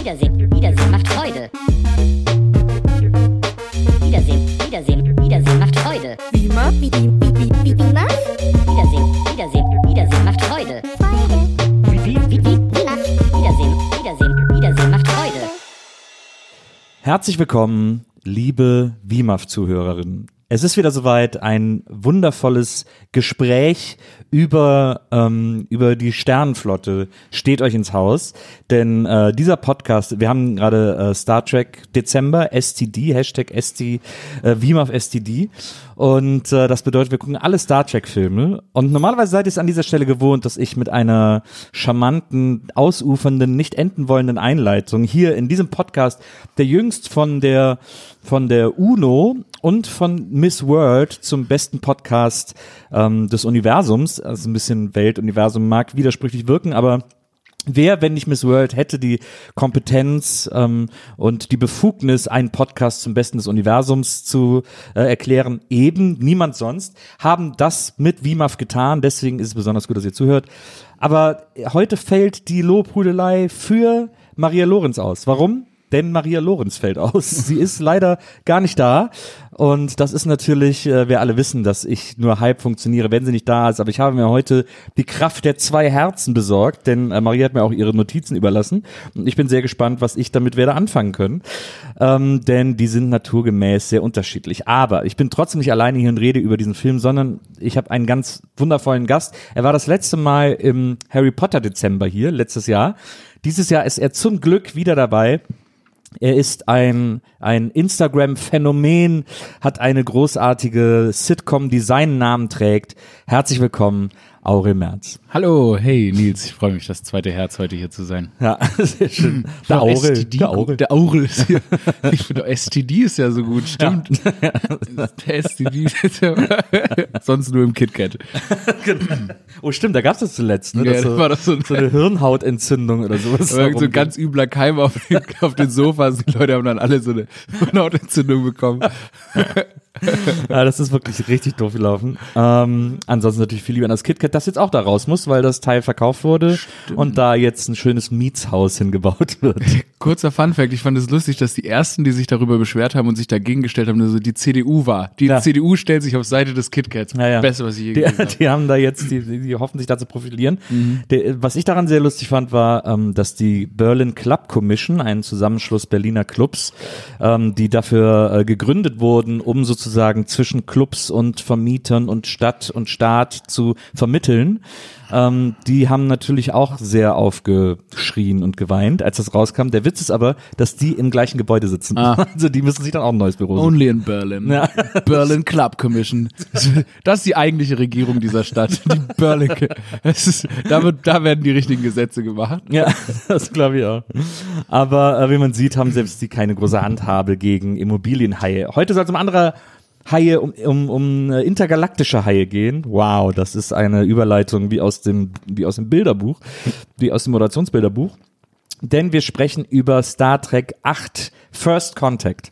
Wiedersehen macht Freude. Wiedersehen macht Freude. Wie macht? Wiedersehen macht Freude. Wiedersehen macht Freude. Herzlich willkommen, liebe WIMAF-Zuhörerinnen. Es ist wieder soweit, ein wundervolles Gespräch über die Sternenflotte steht euch ins Haus, denn dieser Podcast, wir haben gerade Star Trek Dezember, STD, Hashtag WIMAF STD, und das bedeutet, wir gucken alle Star Trek Filme, und normalerweise seid ihr es an dieser Stelle gewohnt, dass ich mit einer charmanten, ausufernden, nicht enden wollenden Einleitung hier in diesem Podcast, der jüngst von der UNO und von Miss World zum besten Podcast des Universums, also ein bisschen Weltuniversum mag widersprüchlich wirken, aber wer, wenn nicht Miss World, hätte die Kompetenz und die Befugnis, einen Podcast zum Besten des Universums zu erklären? Eben niemand sonst. Haben das mit WIMAF getan, deswegen ist es besonders gut, dass ihr zuhört. Aber heute fällt die Lobhudelei für Maria Lorenz aus. Warum? Denn Maria Lorenz fällt aus. Sie ist leider gar nicht da. Und das ist natürlich, wir alle wissen, dass ich nur halb funktioniere, wenn sie nicht da ist. Aber ich habe mir heute die Kraft der 2 Herzen besorgt, denn Maria hat mir auch ihre Notizen überlassen. Und ich bin sehr gespannt, was ich damit werde anfangen können. Denn die sind naturgemäß sehr unterschiedlich. Aber ich bin trotzdem nicht alleine hier und rede über diesen Film, sondern ich habe einen ganz wundervollen Gast. Er war das letzte Mal im Harry Potter Dezember hier, letztes Jahr. Dieses Jahr ist er zum Glück wieder dabei. Er ist ein Instagram-Phänomen, hat eine großartige Sitcom, die seinen Namen trägt. Herzlich willkommen, Aurel Merz. Hallo, hey Nils, ich freue mich, das zweite Herz heute hier zu sein. Ja, sehr schön. Der Aurel ist hier. Ich finde, STD ist ja so gut, stimmt. Ja. Der STD ist ja sonst nur im KitKat. Oh stimmt, da gab es das zuletzt, ne? Ja, das war das so So ein ganz übler Keim auf den Sofas. Die Leute haben dann alle so eine Hirnhautentzündung bekommen. Ja, das ist wirklich richtig doof gelaufen. Ansonsten natürlich viel lieber an das KitKat, das jetzt auch da raus muss, weil das Teil verkauft wurde. Stimmt. Und da jetzt ein schönes Mietshaus hingebaut wird. Kurzer Funfact, ich fand es lustig, dass die ersten, die sich darüber beschwert haben und sich dagegen gestellt haben, also die CDU war. Die CDU stellt sich auf Seite des KitKats. Ja. Beste, was ich je gesehen habe. Die haben da jetzt, die hoffen sich da zu profilieren. Mhm. Was ich daran sehr lustig fand, war, dass die Berlin Club Commission, ein Zusammenschluss Berliner Clubs, die dafür gegründet wurden, um sozusagen zwischen Clubs und Vermietern und Stadt und Staat zu vermitteln. Die haben natürlich auch sehr aufgeschrien und geweint, als das rauskam. Der Witz ist aber, dass die im gleichen Gebäude sitzen. Also die müssen sich dann auch ein neues Büro suchen. Only in Berlin. Ja. Berlin Club Commission. Das ist die eigentliche Regierung dieser Stadt. Die Berlin. Da werden die richtigen Gesetze gemacht. Ja, das glaube ich auch. Aber wie man sieht, haben selbst die keine große Handhabe gegen Immobilienhaie. Heute soll es um andere Haie, um intergalaktische Haie gehen. Wow, das ist eine Überleitung wie aus dem Bilderbuch, wie aus dem Moderationsbilderbuch. Denn wir sprechen über Star Trek 8 First Contact.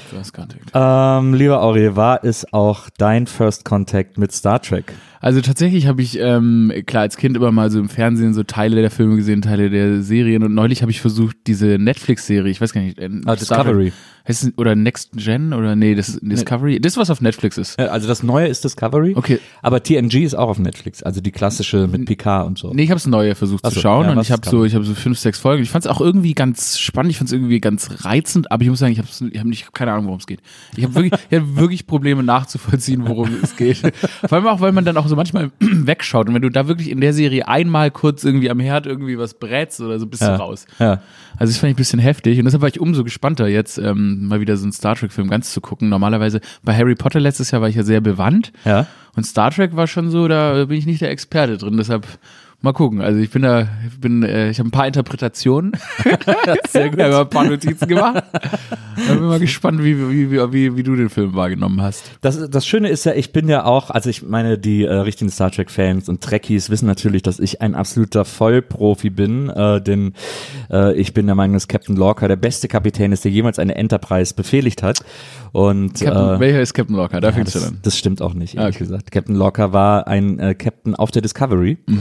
Lieber Aurel, war es auch dein First Contact mit Star Trek? Also tatsächlich habe ich, klar, als Kind immer mal so im Fernsehen so Teile der Filme gesehen, Teile der Serien, und neulich habe ich versucht, diese Netflix-Serie, ich weiß gar nicht, Discovery. Heißt es, oder Next Gen, oder nee, das ist Discovery, das was auf Netflix ist. Also das Neue ist Discovery, okay. Aber TNG ist auch auf Netflix, also die klassische mit Picard und so. Nee, ich habe das Neue versucht zu schauen, und ich habe so 5, 6 Folgen. Ich fand es auch irgendwie ganz spannend, ich fand es irgendwie ganz reizend, aber ich muss sagen, ich habe keine Ahnung, worum es geht. Ich habe wirklich Probleme nachzuvollziehen, worum es geht. Vor allem auch, weil man dann auch so manchmal wegschaut, und wenn du da wirklich in der Serie einmal kurz irgendwie am Herd irgendwie was brätst oder so, bist du raus. Ja. Also das fand ich ein bisschen heftig, und deshalb war ich umso gespannter, jetzt mal wieder so einen Star Trek-Film ganz zu gucken. Normalerweise bei Harry Potter letztes Jahr war ich ja sehr bewandt, und Star Trek war schon so, da bin ich nicht der Experte drin, deshalb mal gucken. Also ich habe ein paar Interpretationen. Sehr gut. Ich habe ein paar Notizen gemacht. Ich bin mal gespannt, wie du den Film wahrgenommen hast. Das Schöne ist ja, ich bin ja auch, also ich meine, die richtigen Star Trek-Fans und Trekkies wissen natürlich, dass ich ein absoluter Vollprofi bin, denn ich bin der Meinung, dass Captain Lorca der beste Kapitän ist, der jemals eine Enterprise befehligt hat. Und welcher ist Captain Lorca? Da fängst du dann. Das stimmt auch nicht, ehrlich gesagt. Captain Lorca war ein Captain auf der Discovery. Und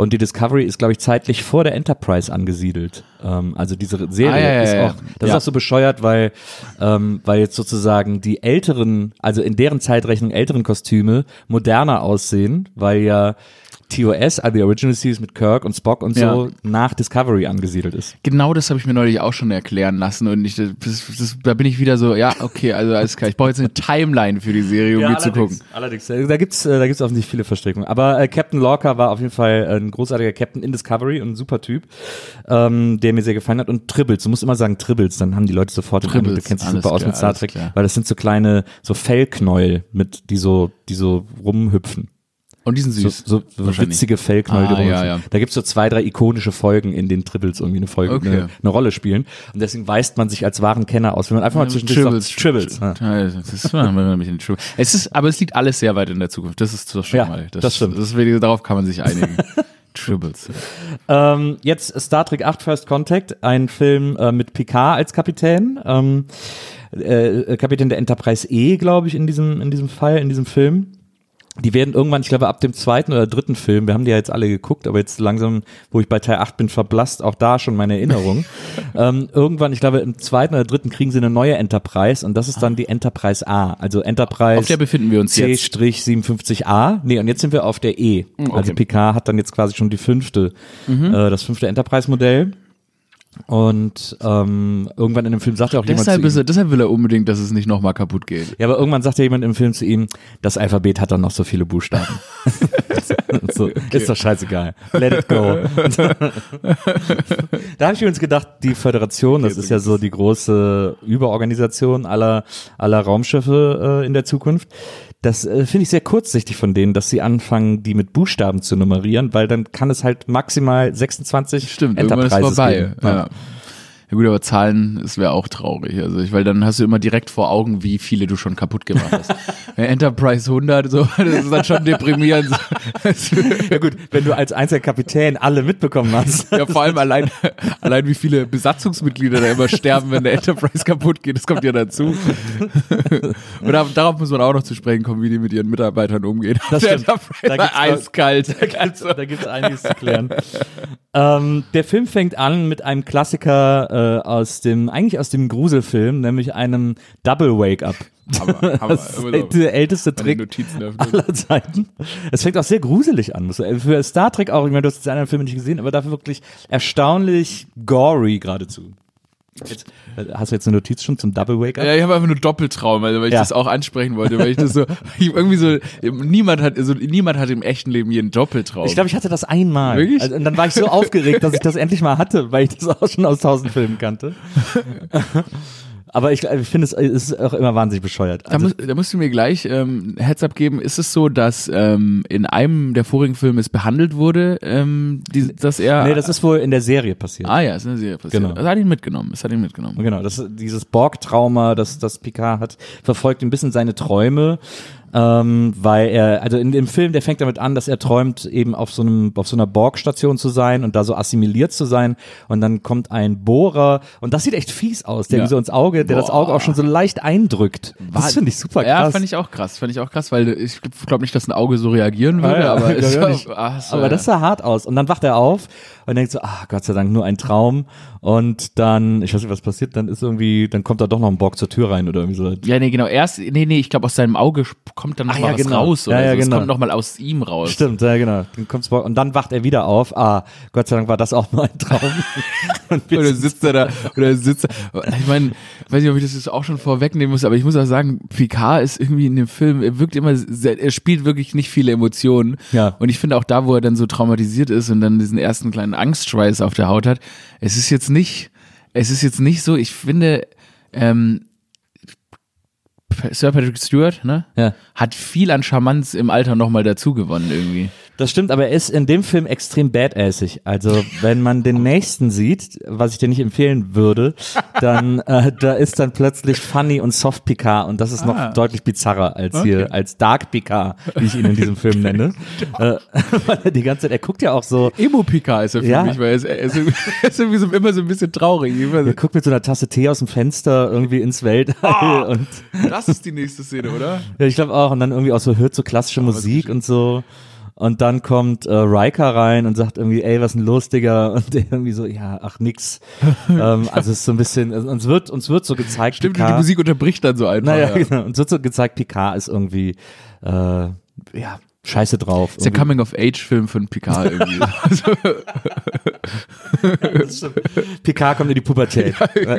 Und die Discovery ist, glaube ich, zeitlich vor der Enterprise angesiedelt. Also diese Serie ist auch, das ist auch so bescheuert, weil jetzt sozusagen die älteren, also in deren Zeitrechnung älteren Kostüme moderner aussehen, weil ja TOS, also die Original Series mit Kirk und Spock und so, nach Discovery angesiedelt ist. Genau das habe ich mir neulich auch schon erklären lassen und da bin ich wieder so, ja, okay, also alles klar. Ich brauche jetzt eine Timeline für die Serie, um die zu gucken. Allerdings, da gibt's offensichtlich viele Verstrickungen. Aber Captain Lorca war auf jeden Fall ein großartiger Captain in Discovery und ein super Typ, der mir sehr gefallen hat. Und Tribbles, du musst immer sagen Tribbles, dann haben die Leute sofort den Eindruck, du kennst dich super aus mit Star Trek, weil das sind so kleine, so Fellknäuel, die so rumhüpfen. Und die sind süß. So witzige Fellknäuel. Ja. Da gibt's so 2, 3 ikonische Folgen, in denen Tribbles irgendwie eine Rolle spielen. Und deswegen weist man sich als wahren Kenner aus, wenn man einfach mal zwischen Tribbles. Aber es liegt alles sehr weit in der Zukunft. Das ist doch schon mal. Das stimmt. Deswegen, darauf kann man sich einigen. Tribbles. Jetzt Star Trek 8 First Contact, ein Film mit Picard als Kapitän. Kapitän der Enterprise E, glaube ich, in diesem Film. Die werden irgendwann, ich glaube ab dem 2. oder 3. Film, wir haben die ja jetzt alle geguckt, aber jetzt langsam, wo ich bei Teil 8 bin, verblasst auch da schon meine Erinnerung. Irgendwann, ich glaube im 2. oder 3. kriegen sie eine neue Enterprise und das ist dann die Enterprise A, also Enterprise. Auf der befinden wir uns jetzt. C-57A. Nee, und jetzt sind wir auf der E. Okay. Also Picard hat dann jetzt quasi schon das 5. Enterprise-Modell. Und irgendwann in dem Film sagt er auch jemand zu ihm, deshalb will er unbedingt, dass es nicht nochmal kaputt geht. Ja, aber irgendwann sagt ja jemand im Film zu ihm, das Alphabet hat dann noch so viele Buchstaben. So, okay. Ist doch scheißegal. Let it go. Da habe ich übrigens gedacht, die Föderation, das ist ja so die große Überorganisation aller Raumschiffe in der Zukunft. Das finde ich sehr kurzsichtig von denen, dass sie anfangen, die mit Buchstaben zu nummerieren, weil dann kann es halt maximal 26 Enterprises geben. Ja. Ja gut, aber Zahlen, es wäre auch traurig. Also weil dann hast du immer direkt vor Augen, wie viele du schon kaputt gemacht hast. Enterprise 100, so, das ist dann schon deprimierend. Ja gut, wenn du als Einzelkapitän alle mitbekommen hast. Ja, vor allem allein wie viele Besatzungsmitglieder da immer sterben, wenn der Enterprise kaputt geht, das kommt ja dazu. Und darauf muss man auch noch zu sprechen kommen, wie die mit ihren Mitarbeitern umgehen. Das stimmt. Da gibt's eiskalt. Da gibt's einiges zu klären. Der Film fängt an mit einem Klassiker aus dem Gruselfilm, nämlich einem Double Wake-Up. Das ist der älteste Trick aller Zeiten. Es fängt auch sehr gruselig an. Für Star Trek auch, ich meine, du hast die anderen Filme nicht gesehen, aber dafür wirklich erstaunlich gory geradezu. Hast du jetzt eine Notiz schon zum Double Wake-Up? Ja, ich habe einfach nur Doppeltraum, also weil ich das auch ansprechen wollte, weil ich das so, niemand hat im echten Leben jeden Doppeltraum. Ich glaube, ich hatte das einmal. Wirklich? Also, und dann war ich so aufgeregt, dass ich das endlich mal hatte, weil ich das auch schon aus 1000 Filmen kannte. Aber ich finde, es ist auch immer wahnsinnig bescheuert. Also, da musst du mir gleich Heads-up geben. Ist es so, dass in einem der vorigen Filme es behandelt wurde, dass er... Nee, das ist wohl in der Serie passiert. Ah ja, ist in der Serie passiert. Genau. Das hat ihn mitgenommen. Genau, dieses Borg-Trauma, das Picard hat, verfolgt ein bisschen seine Träume. Weil er, also in dem Film, der fängt damit an, dass er träumt, eben auf so einer Borg-Station zu sein und da so assimiliert zu sein und dann kommt ein Bohrer und das sieht echt fies aus, der so ins Auge, der das Auge auch schon so leicht eindrückt. Das finde ich super krass. Ja, fand ich auch krass, weil ich glaube nicht, dass ein Auge so reagieren würde, aber aber das sah hart aus und dann wacht er auf und denkt so, Gott sei Dank, nur ein Traum und dann, ich weiß nicht, was passiert, dann kommt da doch noch ein Borg zur Tür rein oder irgendwie so. Ja, nee, genau, ich glaube aus seinem Auge kommt dann noch mal was raus oder so. Es kommt noch mal aus ihm raus. Stimmt, ja genau. Und dann wacht er wieder auf. Gott sei Dank war das auch nur ein Traum. Oder sitzt er da, ich meine, weiß nicht, ob ich das jetzt auch schon vorwegnehmen muss, aber ich muss auch sagen, Picard ist irgendwie in dem Film, er spielt wirklich nicht viele Emotionen. Ja. Und ich finde auch da, wo er dann so traumatisiert ist und dann diesen ersten kleinen Angstschweiß auf der Haut hat, es ist jetzt nicht so, ich finde, Sir Patrick Stewart, ne? Ja. Hat viel an Charmanz im Alter nochmal dazu gewonnen irgendwie. Das stimmt, aber er ist in dem Film extrem badassig. Also wenn man den nächsten sieht, was ich dir nicht empfehlen würde, dann da ist dann plötzlich Funny und Soft Picard und das ist noch deutlich bizarrer als hier, als Dark Picard, wie ich ihn in diesem Film nenne. Weil er die ganze Zeit, er guckt ja auch so. Emo Picard ist er für mich, weil er ist irgendwie so, immer so ein bisschen traurig. Er guckt mit so einer Tasse Tee aus dem Fenster irgendwie ins Weltall. Und das ist die nächste Szene, oder? Ja, ich glaube auch. Und dann irgendwie auch so hört so klassische Musik und so. Und dann kommt Riker rein und sagt irgendwie, ey, was ist denn los, Digga? Und der irgendwie so, ja, ach nix. Also es ist so ein bisschen, uns wird so gezeigt, Stimmt, Picard, die Musik unterbricht dann so einfach. naja, genau. Uns wird so gezeigt, Picard ist irgendwie, scheiße drauf. Das ist der Coming-of-Age-Film von Picard irgendwie. Picard kommt in die Pubertät.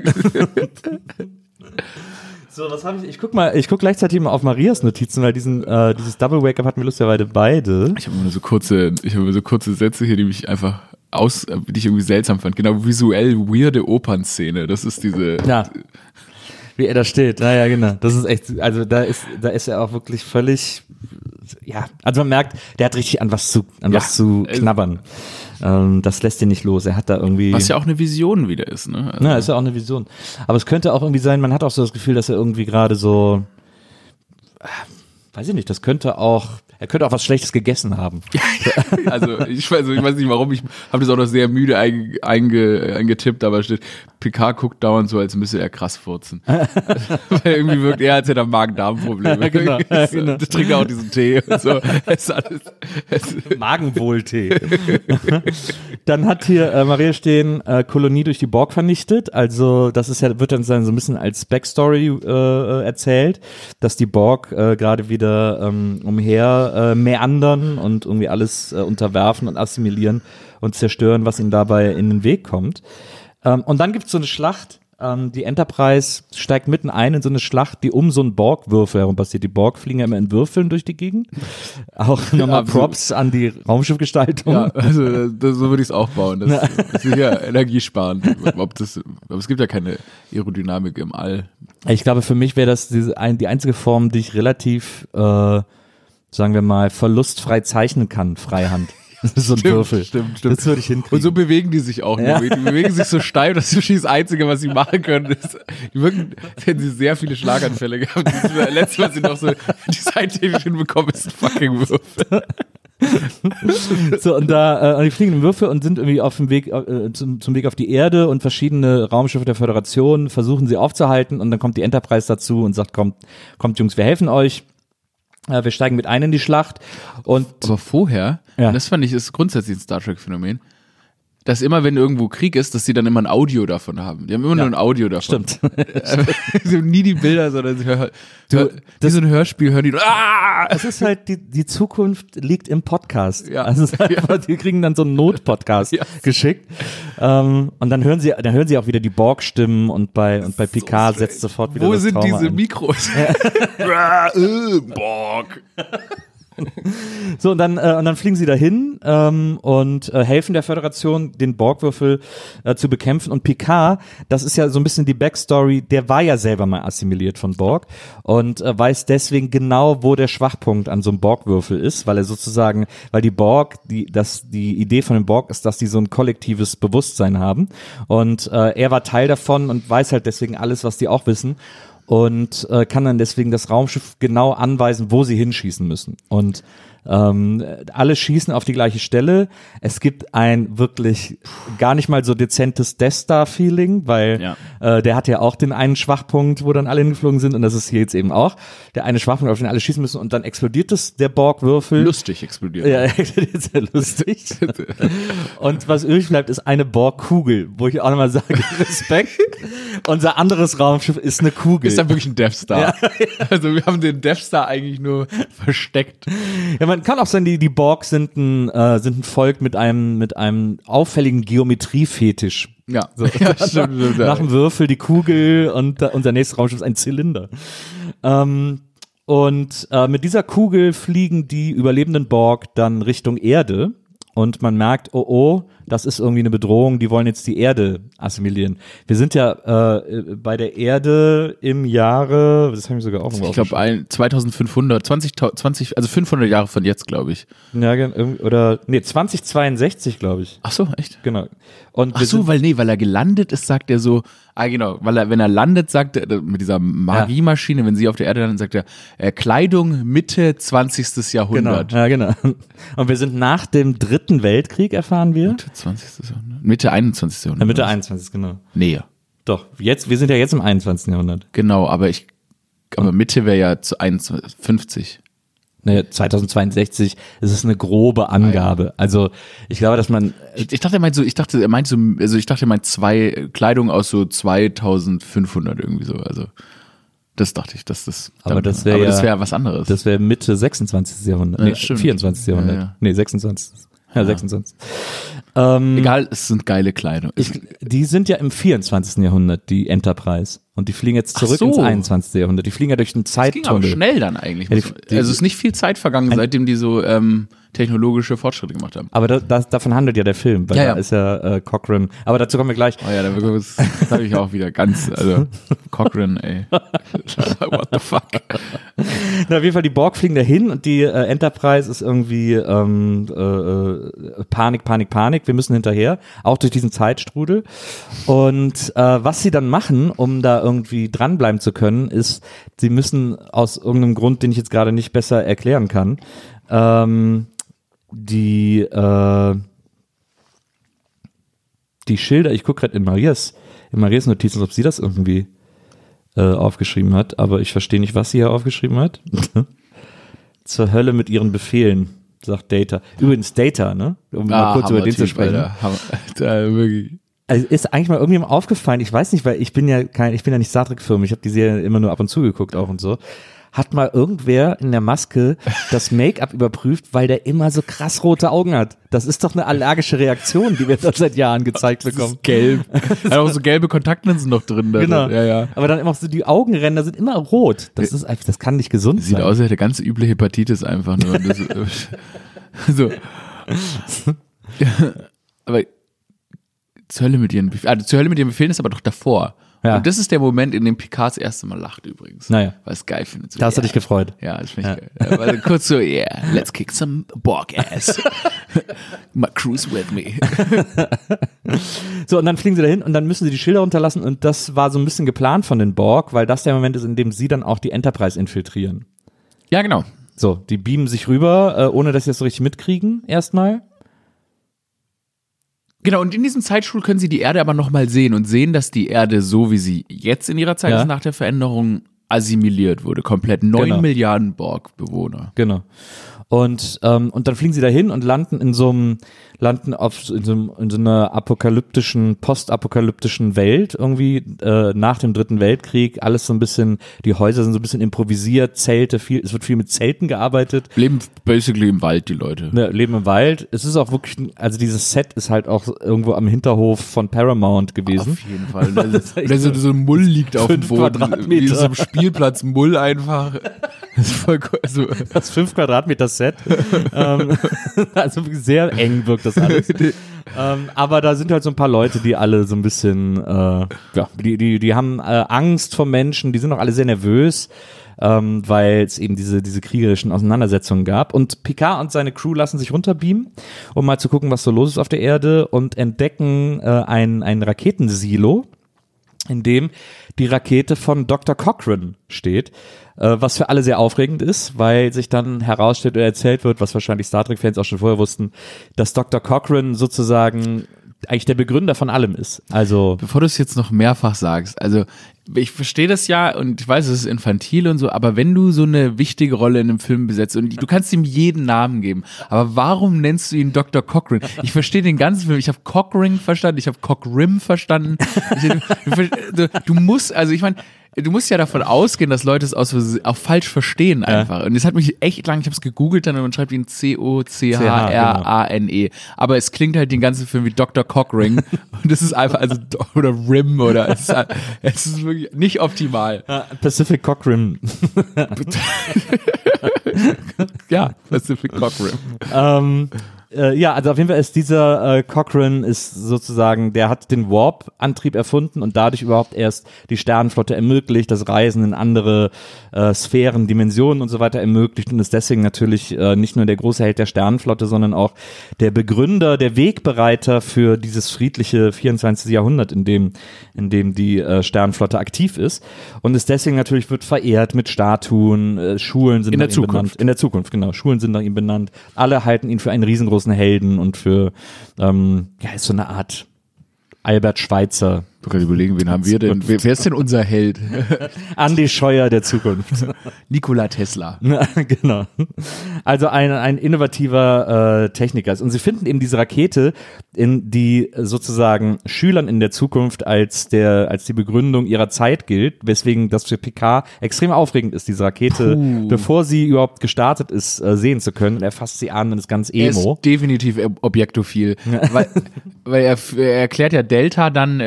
So, was habe ich? Ich guck gleichzeitig mal auf Marias Notizen, weil dieses Double Wake-Up hatten wir lustigerweise beide. Ich habe immer so kurze Sätze hier, die mich einfach die ich irgendwie seltsam fand. Genau, visuell weirde Opernszene. Das ist diese. Ja. Wie er da steht. Naja, genau. Das ist echt, also da ist er auch wirklich völlig, ja, also man merkt, der hat richtig an was zu knabbern. Das lässt ihn nicht los. Er hat da irgendwie. Was ja auch eine Vision wieder ist, ne? Also, ja, ist ja auch eine Vision. Aber es könnte auch irgendwie sein, man hat auch so das Gefühl, dass er irgendwie gerade so, weiß ich nicht, er könnte auch was Schlechtes gegessen haben. Also ich weiß nicht warum, ich habe das auch noch sehr müde eingetippt, aber steht, Picard guckt dauernd so, als müsste er krass furzen. Weil irgendwie wirkt er, als hätte er Magen-Darm-Probleme. Ja, genau. Das trinkt er auch diesen Tee und so. Magenwohl-Tee. Dann hat hier Maria stehen, Kolonie durch die Borg vernichtet. Also das ist wird dann so ein bisschen als Backstory erzählt, dass die Borg gerade wieder umher meandern und irgendwie alles unterwerfen und assimilieren und zerstören, was ihnen dabei in den Weg kommt. Und dann gibt's so eine Schlacht, die Enterprise steigt mitten ein in so eine Schlacht, die um so einen Borg-Würfel herum passiert. Die Borg fliegen ja immer in Würfeln durch die Gegend. Auch nochmal Props an die Raumschiffgestaltung. Ja, also so würde ich es auch bauen. Das ist ja energiesparend. Aber es gibt ja keine Aerodynamik im All. Ich glaube, für mich wäre das die einzige Form, die ich relativ, sagen wir mal, verlustfrei zeichnen kann, Freihand. So ein Würfel. Stimmt. Das würde ich hinkriegen. Und so bewegen die sich auch. Ja. Die bewegen sich so steif, das ist das Einzige, was sie machen können. Die wirken, hätten sie sehr viele Schlaganfälle gehabt. Das Letzte, was sie noch so die seitdem hinbekommen, ist ein fucking Würfel. So, und die fliegen in Würfel und sind irgendwie auf dem Weg zum Weg auf die Erde, und verschiedene Raumschiffe der Föderation versuchen sie aufzuhalten, und dann kommt die Enterprise dazu und sagt, kommt Jungs, wir helfen euch. Wir steigen mit ein in die Schlacht. Aber vorher, ja. Und das fand ich, ist grundsätzlich ein Star Trek-Phänomen, dass immer, wenn irgendwo Krieg ist, dass sie dann immer ein Audio davon haben. Die haben immer nur ein Audio davon. Stimmt. Sie haben nie die Bilder, sondern wie so ein Hörspiel hören die. Es ist halt, die Zukunft liegt im Podcast. Ja. Also es ist einfach, die kriegen dann so einen Not-Podcast geschickt. Und dann hören sie auch wieder die Borg-Stimmen, und bei Picard setzt sofort wieder das Trauma Wo sind diese ein. Mikros? Borg. So, und dann fliegen sie dahin und helfen der Föderation, den Borgwürfel zu bekämpfen. Und Picard, das ist ja so ein bisschen die Backstory, der war ja selber mal assimiliert von Borg und weiß deswegen genau, wo der Schwachpunkt an so einem Borgwürfel ist, weil die Borg, die Idee von dem Borg ist, dass die so ein kollektives Bewusstsein haben. Und er war Teil davon und weiß halt deswegen alles, was die auch wissen. Und kann dann deswegen das Raumschiff genau anweisen, wo sie hinschießen müssen. Und alle schießen auf die gleiche Stelle. Es gibt ein wirklich gar nicht mal so dezentes Death Star-Feeling, weil der hat ja auch den einen Schwachpunkt, wo dann alle hingeflogen sind, und das ist hier jetzt eben auch der eine Schwachpunkt, auf den alle schießen müssen, und dann explodiert der Borgwürfel. Lustig explodiert. Ja, explodiert sehr lustig. Und was übrig bleibt, ist eine Borgkugel, wo ich auch nochmal sage, Respekt. Unser anderes Raumschiff ist eine Kugel. Ist dann wirklich ein Death Star. Ja. Also wir haben den Death Star eigentlich nur versteckt. Ja, man kann auch sagen, die Borg sind ein Volk mit einem auffälligen Geometriefetisch. Ja, so, stimmt. Nach dem Würfel die Kugel, und unser nächstes Raumschiff ist ein Zylinder. Mit dieser Kugel fliegen die überlebenden Borg dann Richtung Erde, und man merkt, oh, das ist irgendwie eine Bedrohung, die wollen jetzt die Erde assimilieren. Wir sind ja bei der Erde im Jahre, das habe ich sogar auch noch aufgeschrieben. Ich glaube 2500, 20, also 500 Jahre von jetzt, glaube ich. Ja, oder 2062, glaube ich. Ach so, echt? Genau. Und weil er gelandet ist, sagt er so, genau, wenn er landet, sagt er, mit dieser Magiemaschine, wenn sie auf der Erde landen, sagt er, Kleidung Mitte 20. Jahrhundert. Genau. Und wir sind nach dem Dritten Weltkrieg, erfahren wir. Mitte 20. Jahrhundert. Mitte 21. Jahrhundert. Mitte 21, genau. Näher. Doch, wir sind ja jetzt im 21. Jahrhundert. Genau, aber Mitte wäre ja zu 50. Naja, 2062 ist es eine grobe Angabe. Also ich glaube, dass man... Ich dachte, er meint 2 Kleidung aus so 2500 irgendwie so, also das dachte ich, dass das... Aber das wäre was anderes. Das wäre Mitte 26. Jahrhundert. Nee, 24. Jahrhundert. Ja. Nee, 26. Ja, 26. Egal, es sind geile Kleidung. Die sind ja im 24. Jahrhundert, die Enterprise. Und die fliegen jetzt zurück ins 21. Jahrhundert. Die fliegen ja durch einen Zeittunnel. Das ging aber schnell dann eigentlich. Also es ist nicht viel Zeit vergangen, seitdem die so technologische Fortschritte gemacht haben. Aber davon handelt ja der Film, weil da ist ja Cochrane. Aber dazu kommen wir gleich. Oh ja, das habe ich auch wieder ganz, also Cochrane, ey. What the fuck? Na, auf jeden Fall, die Borg fliegen dahin und die Enterprise ist irgendwie Panik. Wir müssen hinterher, auch durch diesen Zeitstrudel. Und was sie dann machen, um da irgendwie dranbleiben zu können, ist, sie müssen aus irgendeinem Grund, den ich jetzt gerade nicht besser erklären kann, die Schilder, ich gucke gerade in Marias Notizen, ob sie das irgendwie aufgeschrieben hat, aber ich verstehe nicht, was sie hier aufgeschrieben hat. Zur Hölle mit ihren Befehlen, sagt Data. Übrigens Data, ne? Um mal kurz über den zu sprechen. Alter, wirklich. Also ist eigentlich mal irgendjemandem aufgefallen, ich weiß nicht, weil ich bin ja nicht Star Trek-Firma, ich habe die Serie immer nur ab und zu geguckt auch und so. Hat mal irgendwer in der Maske das Make-up überprüft, weil der immer so krass rote Augen hat. Das ist doch eine allergische Reaktion, die wir da seit Jahren gezeigt bekommen. Das ist gelb. Hat auch so gelbe Kontaktlinsen noch drin. Genau. Ja. Aber dann immer so die Augenränder sind immer rot. Das kann nicht gesund sein. Sieht aus, als hätte ganz üble Hepatitis einfach nur. So. Aber zur Hölle mit ihren Befehlen ist aber doch davor. Ja. Und das ist der Moment, in dem Picard das erste Mal lacht übrigens. Naja. Weil es geil findet. So, da hast du dich gefreut. Ja, das finde ich geil. Also kurz so, let's kick some Borg-ass. My cruise with me. So, und dann fliegen sie dahin und dann müssen sie die Schilder runterlassen und das war so ein bisschen geplant von den Borg, weil das der Moment ist, in dem sie dann auch die Enterprise infiltrieren. Ja, genau. So, die beamen sich rüber, ohne dass sie das so richtig mitkriegen, erstmal. Genau, und in diesem Zeitstuhl können sie die Erde aber nochmal sehen und sehen, dass die Erde, so wie sie jetzt in ihrer Zeit ist, nach der Veränderung assimiliert wurde. Komplett 9 Milliarden Borg-Bewohner. Genau. Und dann fliegen sie dahin und landen in so einer postapokalyptischen Welt irgendwie nach dem Dritten Weltkrieg. Alles so ein bisschen, die Häuser sind so ein bisschen improvisiert, Zelte, es wird viel mit Zelten gearbeitet. Leben basically im Wald, die Leute. Ja, leben im Wald. Es ist auch wirklich, also dieses Set ist halt auch irgendwo am Hinterhof von Paramount gewesen. Auf jeden Fall. Da so ein Mull liegt auf dem Boden. Wie so ein Spielplatz Mull einfach. Das ist voll cool. Also, das 5 Quadratmeter Set. Also sehr eng wirkt das alles. Aber da sind halt so ein paar Leute, die alle so ein bisschen, die haben Angst vor Menschen, die sind auch alle sehr nervös, weil es eben diese kriegerischen Auseinandersetzungen gab. Und Picard und seine Crew lassen sich runterbeamen, um mal zu gucken, was so los ist auf der Erde und entdecken ein Raketensilo, in dem die Rakete von Dr. Cochrane steht, was für alle sehr aufregend ist, weil sich dann herausstellt oder erzählt wird, was wahrscheinlich Star Trek-Fans auch schon vorher wussten, dass Dr. Cochrane sozusagen eigentlich der Begründer von allem ist. Also bevor du es jetzt noch mehrfach sagst, also ich verstehe das ja und ich weiß, es ist infantil und so, aber wenn du so eine wichtige Rolle in einem Film besetzt und du kannst ihm jeden Namen geben, aber warum nennst du ihn Dr. Cochrane? Ich verstehe den ganzen Film, ich habe Cochrane verstanden, ich habe Cockrim verstanden. Du musst ja davon ausgehen, dass Leute es auch falsch verstehen einfach. Und es hat mich echt lang, ich habe es gegoogelt dann und man schreibt ihn C-O-C-H-R-A-N-E. Genau. Aber es klingt halt den ganzen Film wie Dr. Cockring und es ist einfach, also, oder Rim oder es ist wirklich nicht optimal. Pacific Cockrim. Ja, Pacific Cockrim. Also auf jeden Fall ist dieser Cochrane ist sozusagen, der hat den Warp-Antrieb erfunden und dadurch überhaupt erst die Sternenflotte ermöglicht, das Reisen in andere Sphären, Dimensionen und so weiter ermöglicht und ist deswegen natürlich nicht nur der große Held der Sternenflotte, sondern auch der Begründer, der Wegbereiter für dieses friedliche 24. Jahrhundert, in dem die Sternenflotte aktiv ist und ist deswegen natürlich, wird verehrt mit Statuen, Schulen sind nach ihm benannt. In der Zukunft, genau. Schulen sind nach ihm benannt. Alle halten ihn für einen riesengroßen Helden und für ist so eine Art Albert Schweitzer Ich kann überlegen, wen haben wir denn? Wer ist denn unser Held? Andi Scheuer der Zukunft. Nikola Tesla. Genau. Also ein innovativer Techniker ist. Und sie finden eben diese Rakete, in die sozusagen Schülern in der Zukunft als die Begründung ihrer Zeit gilt, weswegen das für Picard extrem aufregend ist, diese Rakete, bevor sie überhaupt gestartet ist, sehen zu können. Er fasst sie an und ist ganz emo. Er ist definitiv objektophil, weil er erklärt ja Delta dann,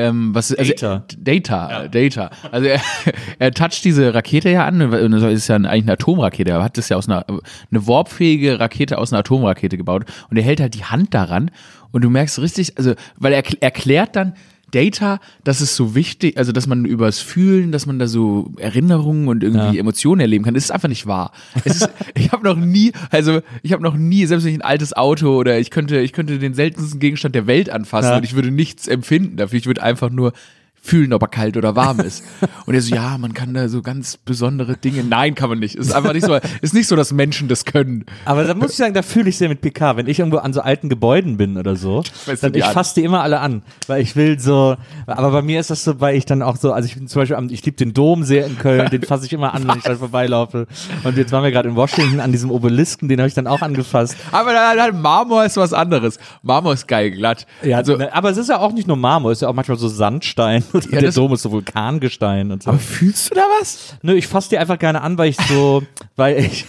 Data. Also er toucht diese Rakete ja an, und das ist ja eigentlich eine Atomrakete, er hat das ja eine warpfähige Rakete aus einer Atomrakete gebaut und er hält halt die Hand daran und du merkst richtig, also, weil er erklärt dann Data, das ist so wichtig, also dass man übers Fühlen, dass man da so Erinnerungen und irgendwie Emotionen erleben kann, das ist einfach nicht wahr. Ich habe noch nie, selbst wenn ich ein altes Auto oder ich könnte den seltensten Gegenstand der Welt anfassen und ich würde nichts empfinden dafür, ich würde einfach nur fühlen, ob er kalt oder warm ist. Und er so, ja, man kann da so ganz besondere Dinge. Nein, kann man nicht. Ist einfach nicht so, ist nicht so, dass Menschen das können. Aber da muss ich sagen, da fühle ich sehr mit Picard. Wenn ich irgendwo an so alten Gebäuden bin oder so, dann ich fasse die immer alle an, weil ich will so, aber bei mir ist das so, weil ich dann auch so, also ich bin zum Beispiel, ich liebe den Dom sehr in Köln, den fasse ich immer an, wenn ich dann vorbeilaufe. Und jetzt waren wir gerade in Washington an diesem Obelisken, den habe ich dann auch angefasst. Aber dann Marmor ist was anderes. Marmor ist geil glatt. Ja, also, aber es ist ja auch nicht nur Marmor, es ist ja auch manchmal so Sandstein. Ja, der Dom ist so Vulkangestein und so. Aber fühlst du da was? Nö, ich fasse die einfach gerne an, weil ich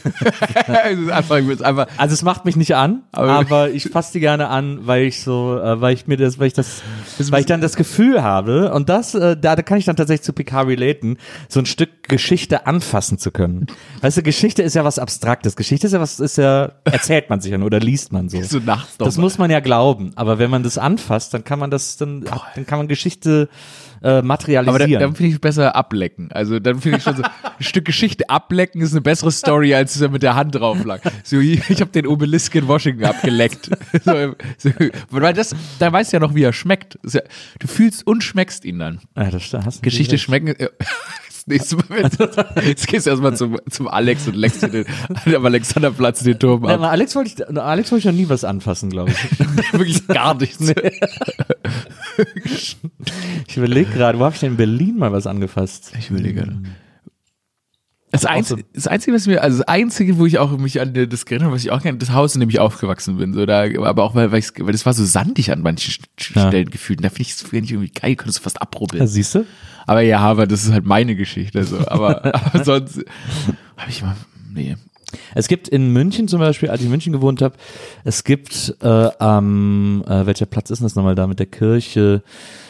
also es macht mich nicht an, aber ich fasse die gerne an, weil ich dann das Gefühl habe und da kann ich dann tatsächlich zu Picard relaten, so ein Stück Geschichte anfassen zu können. Weißt du, Geschichte ist ja was Abstraktes. Geschichte erzählt man sich ja nur oder liest man so. So nachts das muss man ja glauben, aber wenn man das anfasst, dann kann man kann man Geschichte materialisieren. Aber dann finde ich es besser ablecken. Also dann finde ich schon so, ein Stück Geschichte ablecken ist eine bessere Story, als es mit der Hand drauf lag. So, ich habe den Obelisk in Washington abgeleckt. Weil da weißt du ja noch, wie er schmeckt. Du fühlst und schmeckst ihn dann. Ja, das hast Geschichte schmecken. Nächstes Mal, jetzt gehst du erstmal zum Alex und leckst dir am Alexanderplatz den Turm ab. Ja, Alex wollte ich noch nie was anfassen, glaube ich. Wirklich gar nichts. Nee. Ich überlege gerade, wo habe ich denn in Berlin mal was angefasst? Ich überlege gerade. Das Einzige, wo ich auch mich an das erinnere, was ich auch gerne, das Haus, in dem ich aufgewachsen bin, so da, aber auch weil das war so sandig an manchen Stellen gefühlt. Und da finde ich es irgendwie geil, konntest du fast abrubbeln. Ja, siehst du? Aber ja, aber das ist halt meine Geschichte, so. Aber sonst habe ich mal, nee. Es gibt in München zum Beispiel, als ich in München gewohnt habe, es gibt welcher Platz ist das nochmal da mit der Kirche?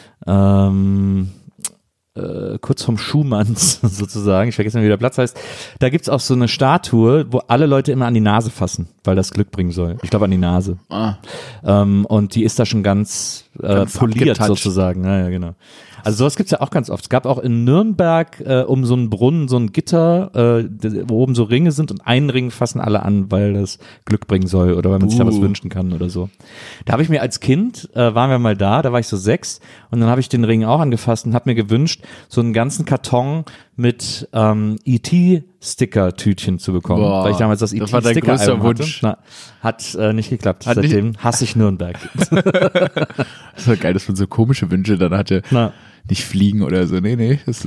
Kurz vom Schumanns sozusagen, ich vergesse nicht, wie der Platz heißt, da gibt's auch so eine Statue, wo alle Leute immer an die Nase fassen, weil das Glück bringen soll. Ich glaube an die Nase. Und die ist da schon ganz poliert sozusagen. Ja, genau. Also sowas gibt's ja auch ganz oft. Es gab auch in Nürnberg um so einen Brunnen so ein Gitter, wo oben so Ringe sind und einen Ring fassen alle an, weil das Glück bringen soll oder weil man sich da was wünschen kann oder so. Da habe ich mir als Kind, waren wir mal da war ich so 6 und dann habe ich den Ring auch angefasst und habe mir gewünscht, so einen ganzen Karton mit E.T.-Sticker-Tütchen zu bekommen, weil ich damals das E.T.-Sticker-Album hatte. Hat nicht geklappt. Seitdem hasse ich Nürnberg. Das war geil, dass man so komische Wünsche dann hatte. Nicht fliegen oder so. Nee. Das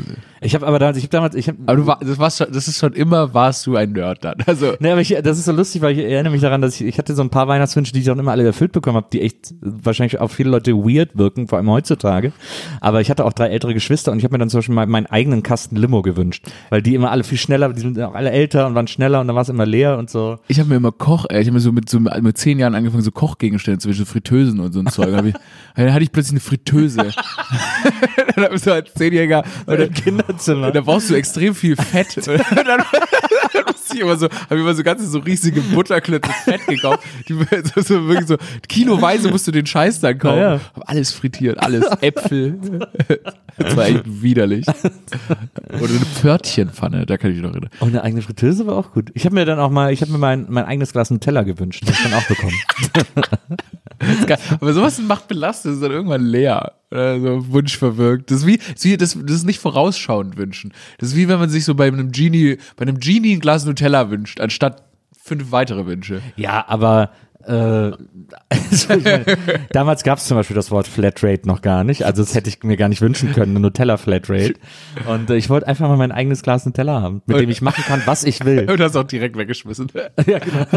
ist schon immer, warst du ein Nerd dann. Also. Nee, aber das ist so lustig, weil ich erinnere mich daran, dass ich hatte so ein paar Weihnachtswünsche, die ich auch immer alle erfüllt bekommen habe, die echt wahrscheinlich auf viele Leute weird wirken, vor allem heutzutage. Aber ich hatte auch 3 ältere Geschwister und ich habe mir dann zum Beispiel mal meinen eigenen Kasten Limo gewünscht, weil die immer alle viel schneller, die sind auch alle älter und waren schneller und dann war es immer leer und so. Ich habe mir immer ich habe mir so mit 10 Jahren angefangen, so Kochgegenstände zwischen Fritteusen und so ein Zeug. Dann hatte ich plötzlich eine Fritteuse. Dann habe ich so als 10-Jähriger oder Kinderzimmer. Da brauchst du extrem viel Fett. Und dann habe ich immer so ganze so riesige Butterklötze Fett gekauft. Die so wirklich so kiloweise musst du den Scheiß dann kaufen. Ja. Hab alles frittiert, alles Äpfel. Das war echt widerlich. Oder eine Pförtchenpfanne, da kann ich mich noch erinnern. Oh, eine eigene Fritteuse war auch gut. Ich habe mir mein eigenes Glas Nutella gewünscht. Das habe ich dann auch bekommen. Aber sowas macht belastet, ist dann irgendwann leer. Also Wunsch verwirkt. Das ist nicht vorausschauend wünschen. Das ist wie wenn man sich so bei einem Genie ein Glas Nutella wünscht, anstatt 5 weitere Wünsche. Ja, aber Damals gab es zum Beispiel das Wort Flatrate noch gar nicht, also das hätte ich mir gar nicht wünschen können, eine Nutella Flatrate. Und ich wollte einfach mal mein eigenes Glas Nutella haben, mit dem ich machen kann, was ich will. Und hast auch direkt weggeschmissen. Ja, genau.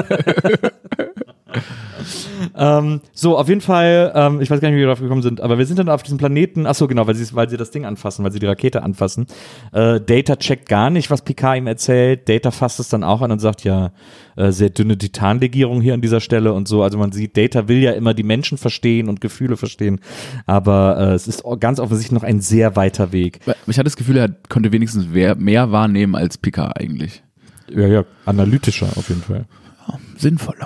So, auf jeden Fall, ich weiß gar nicht, wie wir darauf gekommen sind, aber wir sind dann auf diesem Planeten, achso, genau, weil sie das Ding anfassen, weil sie die Rakete anfassen. Data checkt gar nicht, was Picard ihm erzählt. Data fasst es dann auch an und sagt, ja, sehr dünne Titanlegierung hier an dieser Stelle und so. Also man sieht, Data will ja immer die Menschen verstehen und Gefühle verstehen, aber es ist ganz offensichtlich noch ein sehr weiter Weg. Ich hatte das Gefühl, er konnte wenigstens mehr wahrnehmen als Picard eigentlich. Ja, analytischer auf jeden Fall. Sinnvoller.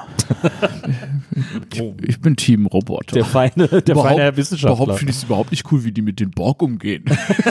Ich bin Team Roboter. Der feine Herr Wissenschaftler. Überhaupt finde ich es überhaupt nicht cool, wie die mit den Borg umgehen.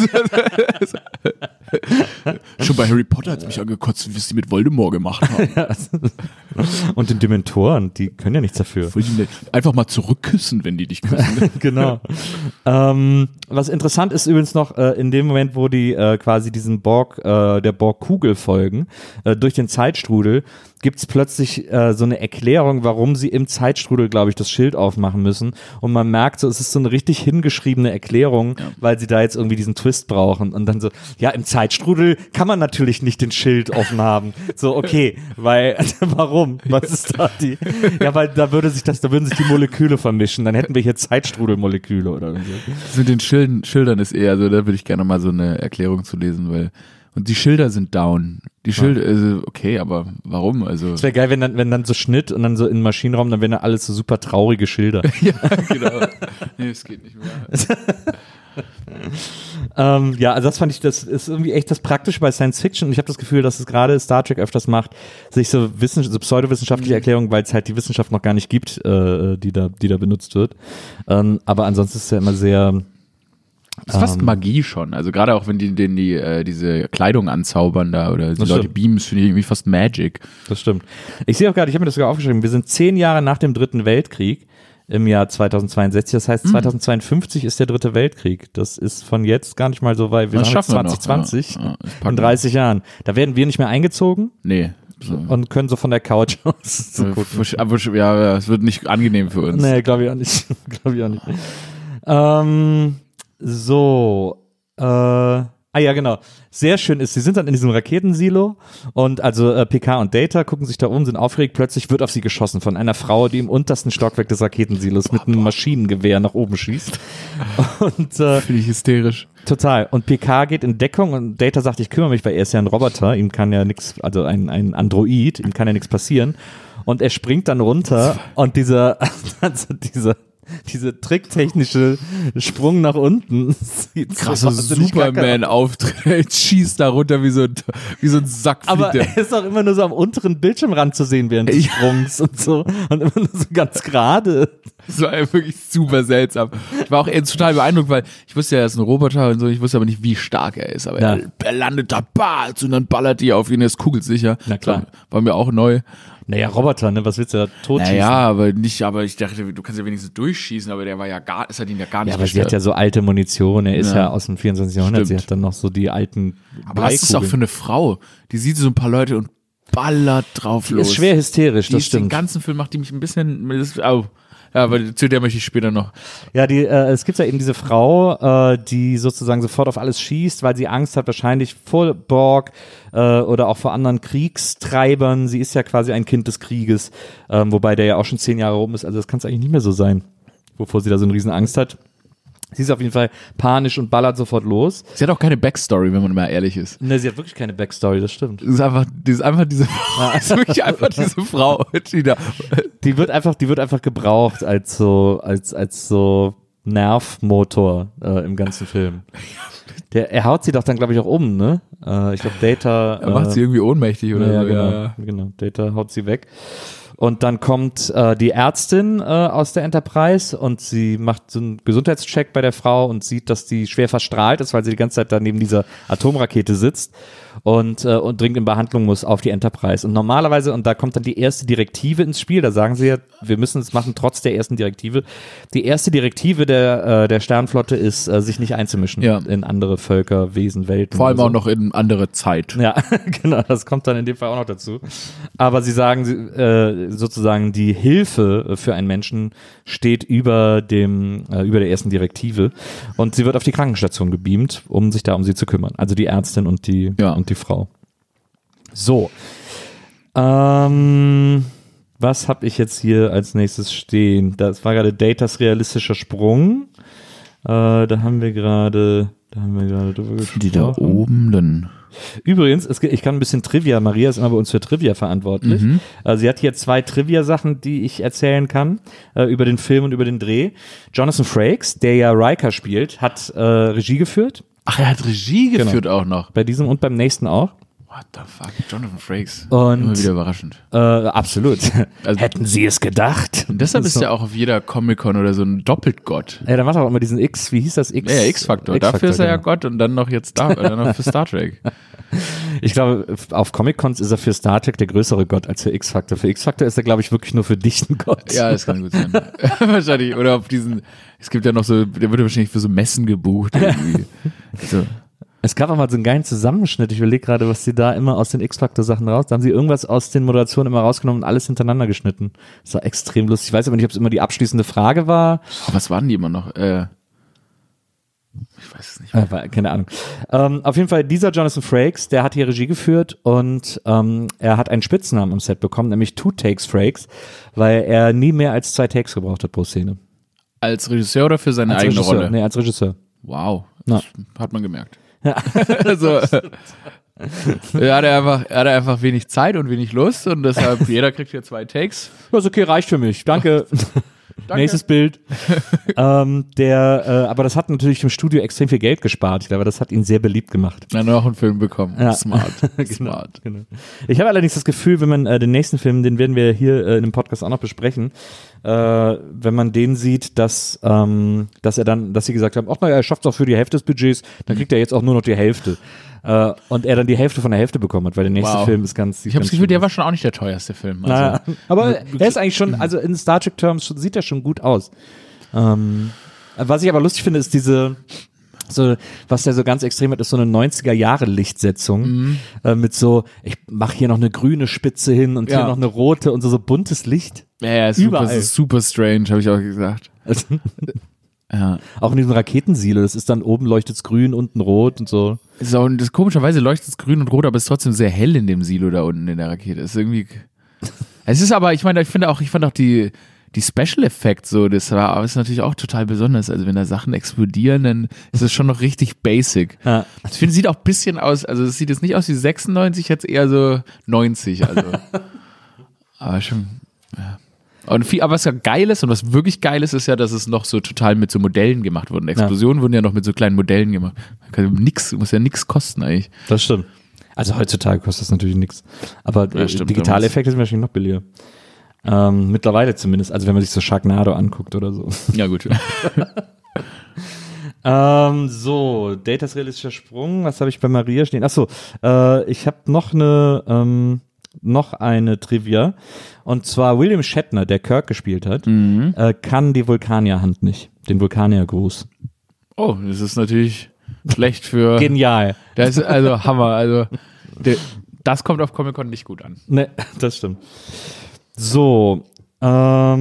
Schon bei Harry Potter hat es mich angekotzt, wie sie mit Voldemort gemacht haben. Und den Dementoren, die können ja nichts dafür. Einfach mal zurückküssen, wenn die dich küssen. Genau. Was interessant ist übrigens noch, in dem Moment, wo die quasi diesen der Borg-Kugel folgen, durch den Zeitstrudel, gibt's plötzlich so eine Erklärung, warum sie im Zeitstrudel, glaube ich, das Schild aufmachen müssen. Und man merkt so, es ist so eine richtig hingeschriebene Erklärung, weil sie da jetzt irgendwie diesen Twist brauchen. Und dann so, ja, im Zeitstrudel kann man natürlich nicht den Schild offen haben. So, okay, weil, warum? Was ist da die? Ja, weil da würden sich die Moleküle vermischen. Dann hätten wir hier Zeitstrudelmoleküle oder so. Das mit den Schildern ist eher so, da würde ich gerne mal so eine Erklärung zu lesen, weil und die Schilder sind down. Die Schilder, also okay, aber warum? Also es wäre geil, wenn dann so Schnitt und dann so im Maschinenraum, dann wären da alles so super traurige Schilder. Ja, genau. Nee, es geht nicht mehr. Ja, also das ist irgendwie echt das Praktische bei Science Fiction und ich habe das Gefühl, dass es gerade Star Trek öfters macht, sich so pseudowissenschaftliche Erklärungen, weil es halt die Wissenschaft noch gar nicht gibt, die da benutzt wird. Aber ansonsten ist es ja immer sehr das ist fast Magie schon. Also gerade auch wenn die diese Kleidung anzaubern da oder die Leute beamen, finde ich irgendwie fast Magic. Das stimmt. Ich sehe auch gerade, ich habe mir das sogar aufgeschrieben, wir sind 10 Jahre nach dem Dritten Weltkrieg im Jahr 2062. Das heißt, 2052 ist der Dritte Weltkrieg. Das ist von jetzt gar nicht mal so weit. Wir haben jetzt 2020 in 30 Jahren. Da werden wir nicht mehr eingezogen. Nee. So. Und können so von der Couch aus so gucken. Aber ja, es wird nicht angenehm für uns. Nee, glaube ich auch nicht. Ja, genau. Sehr schön ist, sie sind dann in diesem Raketensilo und also Picard und Data gucken sich da um, sind aufgeregt, plötzlich wird auf sie geschossen von einer Frau, die im untersten Stockwerk des Raketensilos mit einem Maschinengewehr nach oben schießt. Und finde ich hysterisch. Total. Und Picard geht in Deckung und Data sagt, ich kümmere mich, weil er ist ja ein Roboter, ihm kann ja nichts, also ein Android, ihm kann ja nichts passieren. Und er springt dann runter und dieser tricktechnische Sprung nach unten. Krasser Superman-Auftritt, schießt da runter wie so ein Sack. Aber er ist auch immer nur so am unteren Bildschirmrand zu sehen während des Sprungs und so. Und immer nur so ganz gerade. Das war wirklich super seltsam. Ich war auch total beeindruckt, weil ich wusste ja, er ist ein Roboter und so, ich wusste aber nicht, wie stark er ist. Aber er landet da, und dann ballert die auf ihn, er ist kugelsicher. Na klar. War mir auch neu. Naja, Roboter, ne? Was willst du da totschießen? Naja, aber ich dachte, du kannst ja wenigstens durchschießen, aber es hat ihn ja gar nicht aber sie hat ja so alte Munition, er ist ja aus dem 24. Jahrhundert, sie hat dann noch so die alten Aber was ist das auch für eine Frau? Die sieht so ein paar Leute und ballert drauf los. Ist schwer hysterisch, das stimmt. Den ganzen Film macht die mich ein bisschen, ja, aber zu der möchte ich später noch. Ja, es gibt ja eben diese Frau, die sozusagen sofort auf alles schießt, weil sie Angst hat, wahrscheinlich vor Borg oder auch vor anderen Kriegstreibern. Sie ist ja quasi ein Kind des Krieges, wobei der ja auch schon 10 Jahre rum ist. Also das kann es eigentlich nicht mehr so sein, wovor sie da so eine riesen Angst hat. Sie ist auf jeden Fall panisch und ballert sofort los. Sie hat auch keine Backstory, wenn man mal ehrlich ist. Ne, sie hat wirklich keine Backstory, das stimmt. Das ist einfach diese Frau. Das ist wirklich einfach diese Frau. Die wird einfach gebraucht als so Nervmotor im ganzen Film. Er haut sie doch dann, glaube ich, auch um, ne? Ich glaube, Data. Er macht sie irgendwie ohnmächtig oder so. Ja, genau. Data haut sie weg. Und dann kommt die Ärztin aus der Enterprise und sie macht so einen Gesundheitscheck bei der Frau und sieht, dass die schwer verstrahlt ist, weil sie die ganze Zeit da neben dieser Atomrakete sitzt und dringend in Behandlung muss auf die Enterprise. Und normalerweise, und da kommt dann die erste Direktive ins Spiel, da sagen sie ja, wir müssen es machen trotz der ersten Direktive. Die erste Direktive der Sternflotte ist, sich nicht einzumischen in andere Völker, Wesen, Welten. Vor allem auch noch in andere Zeit. Ja, genau, das kommt dann in dem Fall auch noch dazu. Aber sie sagen, sozusagen die Hilfe für einen Menschen steht über der ersten Direktive und sie wird auf die Krankenstation gebeamt, um sich da um sie zu kümmern. Also die Ärztin und die Frau. So. Was habe ich jetzt hier als nächstes stehen? Das war gerade Datas realistischer Sprung. Da haben wir gerade drüber gesprochen. Die da oben dann. Übrigens, ich kann ein bisschen Trivia. Maria ist immer bei uns für Trivia verantwortlich. Sie hat hier 2 Trivia-Sachen, die ich erzählen kann, über den Film und über den Dreh. Jonathan Frakes, der ja Riker spielt, hat Regie geführt. Ach, er hat Regie geführt auch noch. Bei diesem und beim nächsten auch. What the fuck? Jonathan Frakes. Und, immer wieder überraschend. Absolut. Also, hätten Sie es gedacht? Und deshalb ist er auch auf jeder Comic-Con oder so ein Doppeltgott. Ja, da macht er auch immer diesen wie hieß das? Ja, X-Factor. Dafür ist er ja Gott und dann noch jetzt dann noch für Star Trek. Ich glaube, auf Comic-Cons ist er für Star Trek der größere Gott als für X-Factor. Für X-Factor ist er, glaube ich, wirklich nur für dich ein Gott. Ja, das kann gut sein. Wahrscheinlich. Oder auf es gibt ja noch so, der wird wahrscheinlich für so Messen gebucht. Irgendwie. So. Es gab auch mal so einen geilen Zusammenschnitt. Ich überlege gerade, was sie da immer aus den X-Factor-Sachen raus. Da haben sie irgendwas aus den Moderationen immer rausgenommen und alles hintereinander geschnitten. Das war extrem lustig. Ich weiß aber nicht, ob es immer die abschließende Frage war. Oh, was waren die immer noch? Ich weiß es nicht mehr. Keine Ahnung. Auf jeden Fall, dieser Jonathan Frakes, der hat hier Regie geführt und er hat einen Spitznamen am Set bekommen, nämlich 2 Takes Frakes, weil er nie mehr als 2 Takes gebraucht hat pro Szene. Als Regisseur oder für seine eigene Rolle? Nee, als Regisseur. Wow, das hat man gemerkt. Ja. Also, er hatte einfach wenig Zeit und wenig Lust und deshalb jeder kriegt hier 2 Takes. Das ist okay, reicht für mich. Danke. Nächstes Bild. Aber das hat natürlich im Studio extrem viel Geld gespart. Ich glaube, das hat ihn sehr beliebt gemacht. Ja, noch einen Film bekommen. Ja. Smart. Smart. Genau. Ich habe allerdings das Gefühl, wenn man den nächsten Film, den werden wir hier in dem Podcast auch noch besprechen, wenn man den sieht, dass sie gesagt haben, ach naja, er schafft es auch für die Hälfte des Budgets, dann kriegt er jetzt auch nur noch die Hälfte. Und er dann die Hälfte von der Hälfte bekommen hat, weil der nächste Film ist ganz... Ich habe das Gefühl, der war schon auch nicht der teuerste Film. Also, aber er ist eigentlich schon, also in Star Trek Terms sieht er schon gut aus. Was ich aber lustig finde, ist was der so ganz extrem hat, ist so eine 90er-Jahre-Lichtsetzung mit so, ich mache hier noch eine grüne Spitze hin und hier noch eine rote und so buntes Licht. Ja, super, das ist super strange, habe ich auch gesagt. Ja. Auch in diesem Raketensilo, das ist dann oben leuchtet's grün, unten rot und so. Komischerweise leuchtet's grün und rot, aber es ist trotzdem sehr hell in dem Silo da unten in der Rakete. Es ist aber, ich fand auch die Special Effects so, das ist natürlich auch total besonders. Also wenn da Sachen explodieren, dann ist es schon noch richtig basic. Ja. Ich finde, es sieht auch ein bisschen aus, also es sieht jetzt nicht aus wie 96, jetzt eher so 90, also. Aber schon, ja. Aber was ja geil ist und was wirklich geil ist ja, dass es noch so total mit so Modellen gemacht wurde. Explosionen wurden ja noch mit so kleinen Modellen gemacht. Muss ja nix kosten eigentlich. Das stimmt. Also heutzutage kostet das natürlich nichts. Aber digitale Effekte sind wahrscheinlich noch billiger. Mittlerweile zumindest. Also wenn man sich so Sharknado anguckt oder so. Ja gut. So, Datas realistischer Sprung. Was habe ich bei Maria stehen? Achso, ich habe noch eine Trivia. Und zwar William Shatner, der Kirk gespielt hat, kann die Vulkanierhand nicht. Den Vulkaniergruß. Oh, das ist natürlich schlecht für... Genial. Das ist also Hammer. Also das kommt auf Comic-Con nicht gut an. Ne, das stimmt. So, Data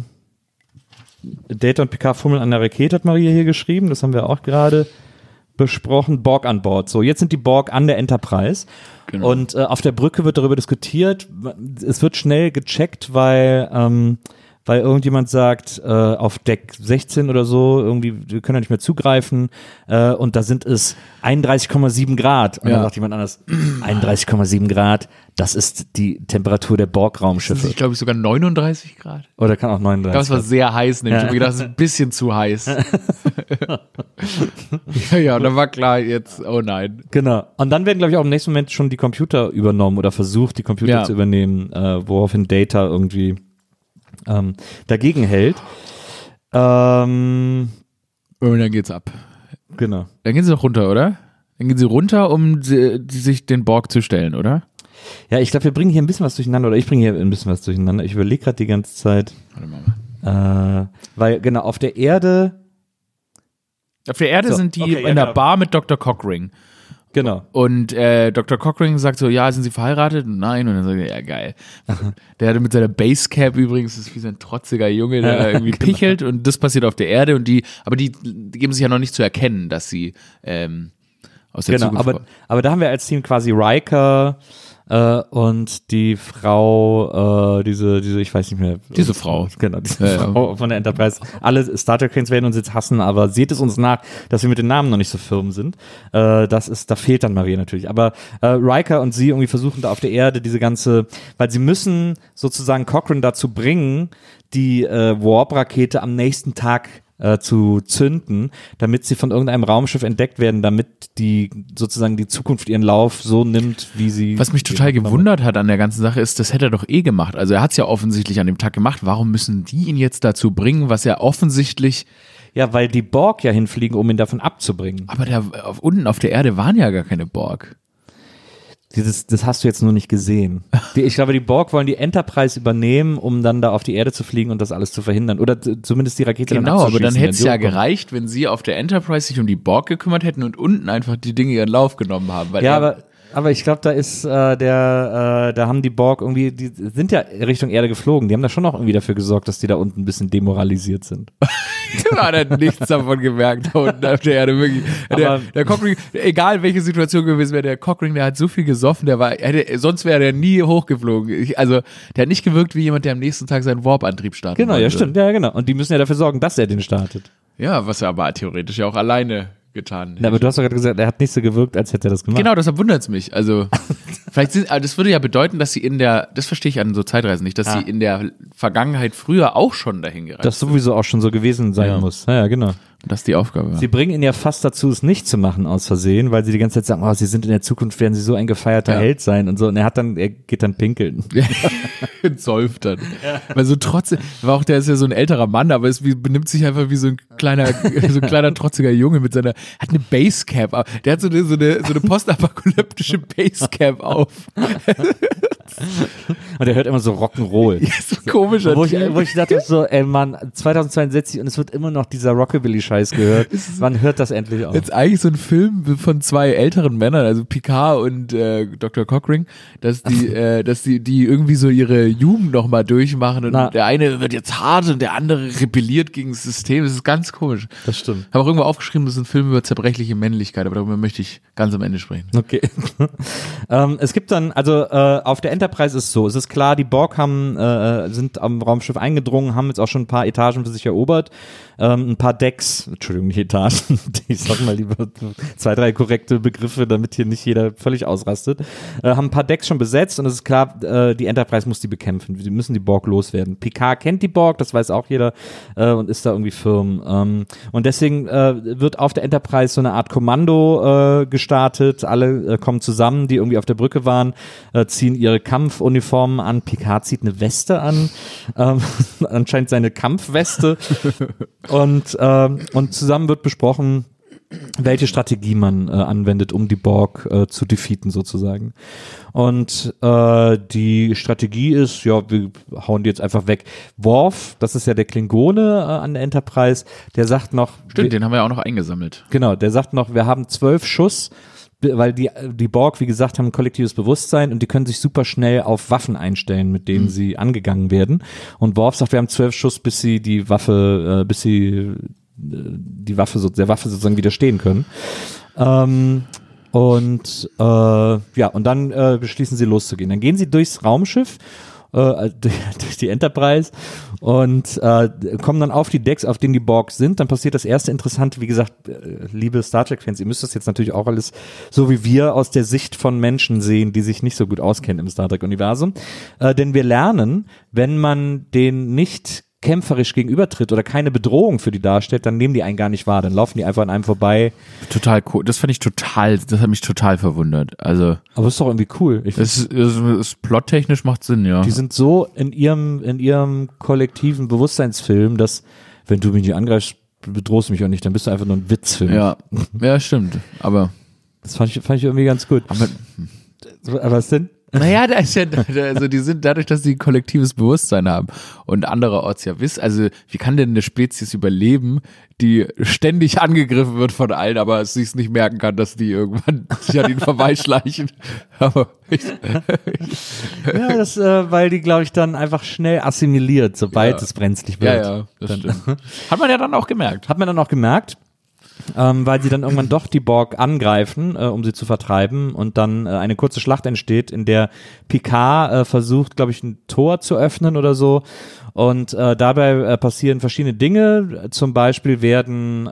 und Picard fummeln an der Rakete, hat Maria hier geschrieben. Das haben wir auch gerade besprochen. Borg an Bord. So, jetzt sind die Borg an der Enterprise. Genau. Und auf der Brücke wird darüber diskutiert. Es wird schnell gecheckt, weil irgendjemand sagt, auf Deck 16 oder so, irgendwie, wir können ja nicht mehr zugreifen, und da sind es 31,7 Grad. Und dann sagt jemand anders, 31,7 Grad, das ist die Temperatur der Borg-Raumschiffe. Ich glaube, sogar 39 Grad. Oder kann auch 39 Grad. Das war sehr heiß, nämlich. Ich habe gedacht, das ist ein bisschen zu heiß. Ja, und dann war klar, jetzt, oh nein. Genau. Und dann werden, glaube ich, auch im nächsten Moment schon die Computer übernommen oder versucht, die Computer zu übernehmen, woraufhin Data irgendwie dagegen hält. Und dann geht's ab. Genau. Dann gehen sie doch runter, oder? Dann gehen sie runter, um sich den Borg zu stellen, oder? Ja, ich glaube, wir bringen hier ein bisschen was durcheinander, oder ich bringe hier ein bisschen was durcheinander. Ich überlege gerade die ganze Zeit. Warte mal. Weil, genau, auf der Erde sind die in der Bar mit Dr. Cockring. Genau. Und Dr. Cochrane sagt so, ja, sind Sie verheiratet? Nein. Und dann sagt er, ja, geil. Der hatte mit seiner Basecap übrigens, das ist wie so ein trotziger Junge, der irgendwie pichelt und das passiert auf der Erde und die geben sich ja noch nicht zu erkennen, dass sie aus der Zukunft aber da haben wir als Team quasi Riker und die Frau, diese, ich weiß nicht mehr. Diese Frau. Genau, Frau von der Enterprise. Alle Star Trek-Fans werden uns jetzt hassen, aber seht es uns nach, dass wir mit den Namen noch nicht so firm sind. Da fehlt dann Maria natürlich. Aber Riker und sie irgendwie versuchen da auf der Erde diese ganze, weil sie müssen sozusagen Cochrane dazu bringen, die Warp-Rakete am nächsten Tag zu zünden, damit sie von irgendeinem Raumschiff entdeckt werden, damit die sozusagen die Zukunft ihren Lauf so nimmt, wie sie. Was mich total gewundert hat an der ganzen Sache ist, das hätte er doch gemacht. Also er hat es ja offensichtlich an dem Tag gemacht. Warum müssen die ihn jetzt dazu bringen, was er offensichtlich... Ja, weil die Borg ja hinfliegen, um ihn davon abzubringen. Aber unten auf der Erde waren ja gar keine Borg. Das hast du jetzt nur nicht gesehen. Ich glaube, die Borg wollen die Enterprise übernehmen, um dann da auf die Erde zu fliegen und das alles zu verhindern. Oder zumindest die Rakete dann abzuschießen. Genau, aber dann hätte es ja gereicht, wenn sie auf der Enterprise sich um die Borg gekümmert hätten und unten einfach die Dinge ihren Lauf genommen haben. Weil aber ich glaube, da ist da haben die Borg irgendwie, die sind ja Richtung Erde geflogen. Die haben da schon auch irgendwie dafür gesorgt, dass die da unten ein bisschen demoralisiert sind. Man hat nichts davon gemerkt, da unten auf der Erde, wirklich. Der Cochrane, egal welche Situation gewesen wäre, der Cochrane, der hat so viel gesoffen, sonst wäre der nie hochgeflogen. Also, der hat nicht gewirkt wie jemand, der am nächsten Tag seinen Warp-Antrieb startet. Genau, ja, stimmt, ja, genau. Und die müssen ja dafür sorgen, dass er den startet. Ja, was er aber theoretisch ja auch alleine getan. Ja, aber du hast doch gerade gesagt, er hat nicht so gewirkt, als hätte er das gemacht. Genau, deshalb wundert es mich. Also, das würde ja bedeuten, dass sie das verstehe ich an so Zeitreisen nicht, dass sie in der Vergangenheit früher auch schon dahin gereist sind. Das sowieso auch schon so gewesen sein muss. Ja, genau. Das ist die Aufgabe. Sie bringen ihn ja fast dazu, es nicht zu machen aus Versehen, weil sie die ganze Zeit sagen, sie sind in der Zukunft, werden sie so ein gefeierter Held sein und so. Und er geht dann pinkeln. Säuft dann. Ja. Weil so trotzdem, der ist ja so ein älterer Mann, aber benimmt sich einfach wie so ein kleiner trotziger Junge mit hat eine Basecap. Der hat so eine postapokalyptische Basecap auf. Und er hört immer so Rock'n'Roll. Ja, so komischer wo ich dachte so, ey Mann, 2062 und es wird immer noch dieser Rockabilly-Scheiß gehört. Wann hört das endlich auf? Jetzt eigentlich so ein Film von zwei älteren Männern, also Picard und Dr. Cochrane, dass die irgendwie so ihre Jugend nochmal durchmachen und der eine wird jetzt hart und der andere rebelliert gegen das System. Das ist ganz komisch. Das stimmt. Ich habe auch irgendwo aufgeschrieben, das ist ein Film über zerbrechliche Männlichkeit, aber darüber möchte ich ganz am Ende sprechen. Okay. Es gibt dann, auf der Enterprise ist es ist klar, die Borg sind am Raumschiff eingedrungen, haben jetzt auch schon ein paar Etagen für sich erobert, ein paar Decks, Entschuldigung, nicht Etagen, ich sag mal lieber 2, 3 korrekte Begriffe, damit hier nicht jeder völlig ausrastet, haben ein paar Decks schon besetzt und es ist klar, die Enterprise muss die bekämpfen, sie müssen die Borg loswerden. Picard kennt die Borg, das weiß auch jeder und ist da irgendwie firm. Und deswegen wird auf der Enterprise so eine Art Kommando gestartet, alle kommen zusammen, die irgendwie auf der Brücke waren, ziehen ihre Kampfuniformen an, Picard zieht eine Weste an, anscheinend seine Kampfweste und zusammen wird besprochen, welche Strategie man anwendet, um die Borg zu defeaten sozusagen. Und die Strategie ist, wir hauen die jetzt einfach weg. Worf, das ist ja der Klingone an der Enterprise, der sagt noch... Stimmt, den haben wir ja auch noch eingesammelt. Genau, der sagt noch, wir haben 12 Schuss, weil die Borg, wie gesagt, haben ein kollektives Bewusstsein und die können sich super schnell auf Waffen einstellen, mit denen sie angegangen werden. Und Worf sagt, wir haben 12 Schuss, bis sie der Waffe sozusagen widerstehen können. Und dann beschließen sie loszugehen. Dann gehen sie durchs Raumschiff, durch die Enterprise und kommen dann auf die Decks, auf denen die Borg sind. Dann passiert das erste Interessante, wie gesagt, liebe Star Trek-Fans, ihr müsst das jetzt natürlich auch alles so wie wir aus der Sicht von Menschen sehen, die sich nicht so gut auskennen im Star Trek-Universum. Denn wir lernen, wenn man den nicht kämpferisch gegenübertritt oder keine Bedrohung für die darstellt, dann nehmen die einen gar nicht wahr, dann laufen die einfach an einem vorbei. Total cool, das hat mich total verwundert, also. Aber ist doch irgendwie cool. Es plottechnisch macht Sinn, ja. Die sind so in ihrem kollektiven Bewusstseinsfilm, dass, wenn du mich nicht angreifst, bedrohst du mich auch nicht, dann bist du einfach nur ein Witzfilm. Ja, stimmt, aber. Das fand ich irgendwie ganz gut. Aber was denn? Naja, da ist ja, also die sind dadurch, dass sie ein kollektives Bewusstsein haben und andererorts ja wissen, also wie kann denn eine Spezies überleben, die ständig angegriffen wird von allen, aber es sich nicht merken kann, dass die irgendwann sich an ihnen vorbeischleichen. Aber ja, das, weil die, glaube ich, dann einfach schnell assimiliert, sobald es brenzlig wird. Ja, das stimmt. Hat man ja dann auch gemerkt. Weil sie dann irgendwann doch die Borg angreifen, um sie zu vertreiben und dann eine kurze Schlacht entsteht, in der Picard versucht, glaube ich, ein Tor zu öffnen oder so und dabei passieren verschiedene Dinge, zum Beispiel werden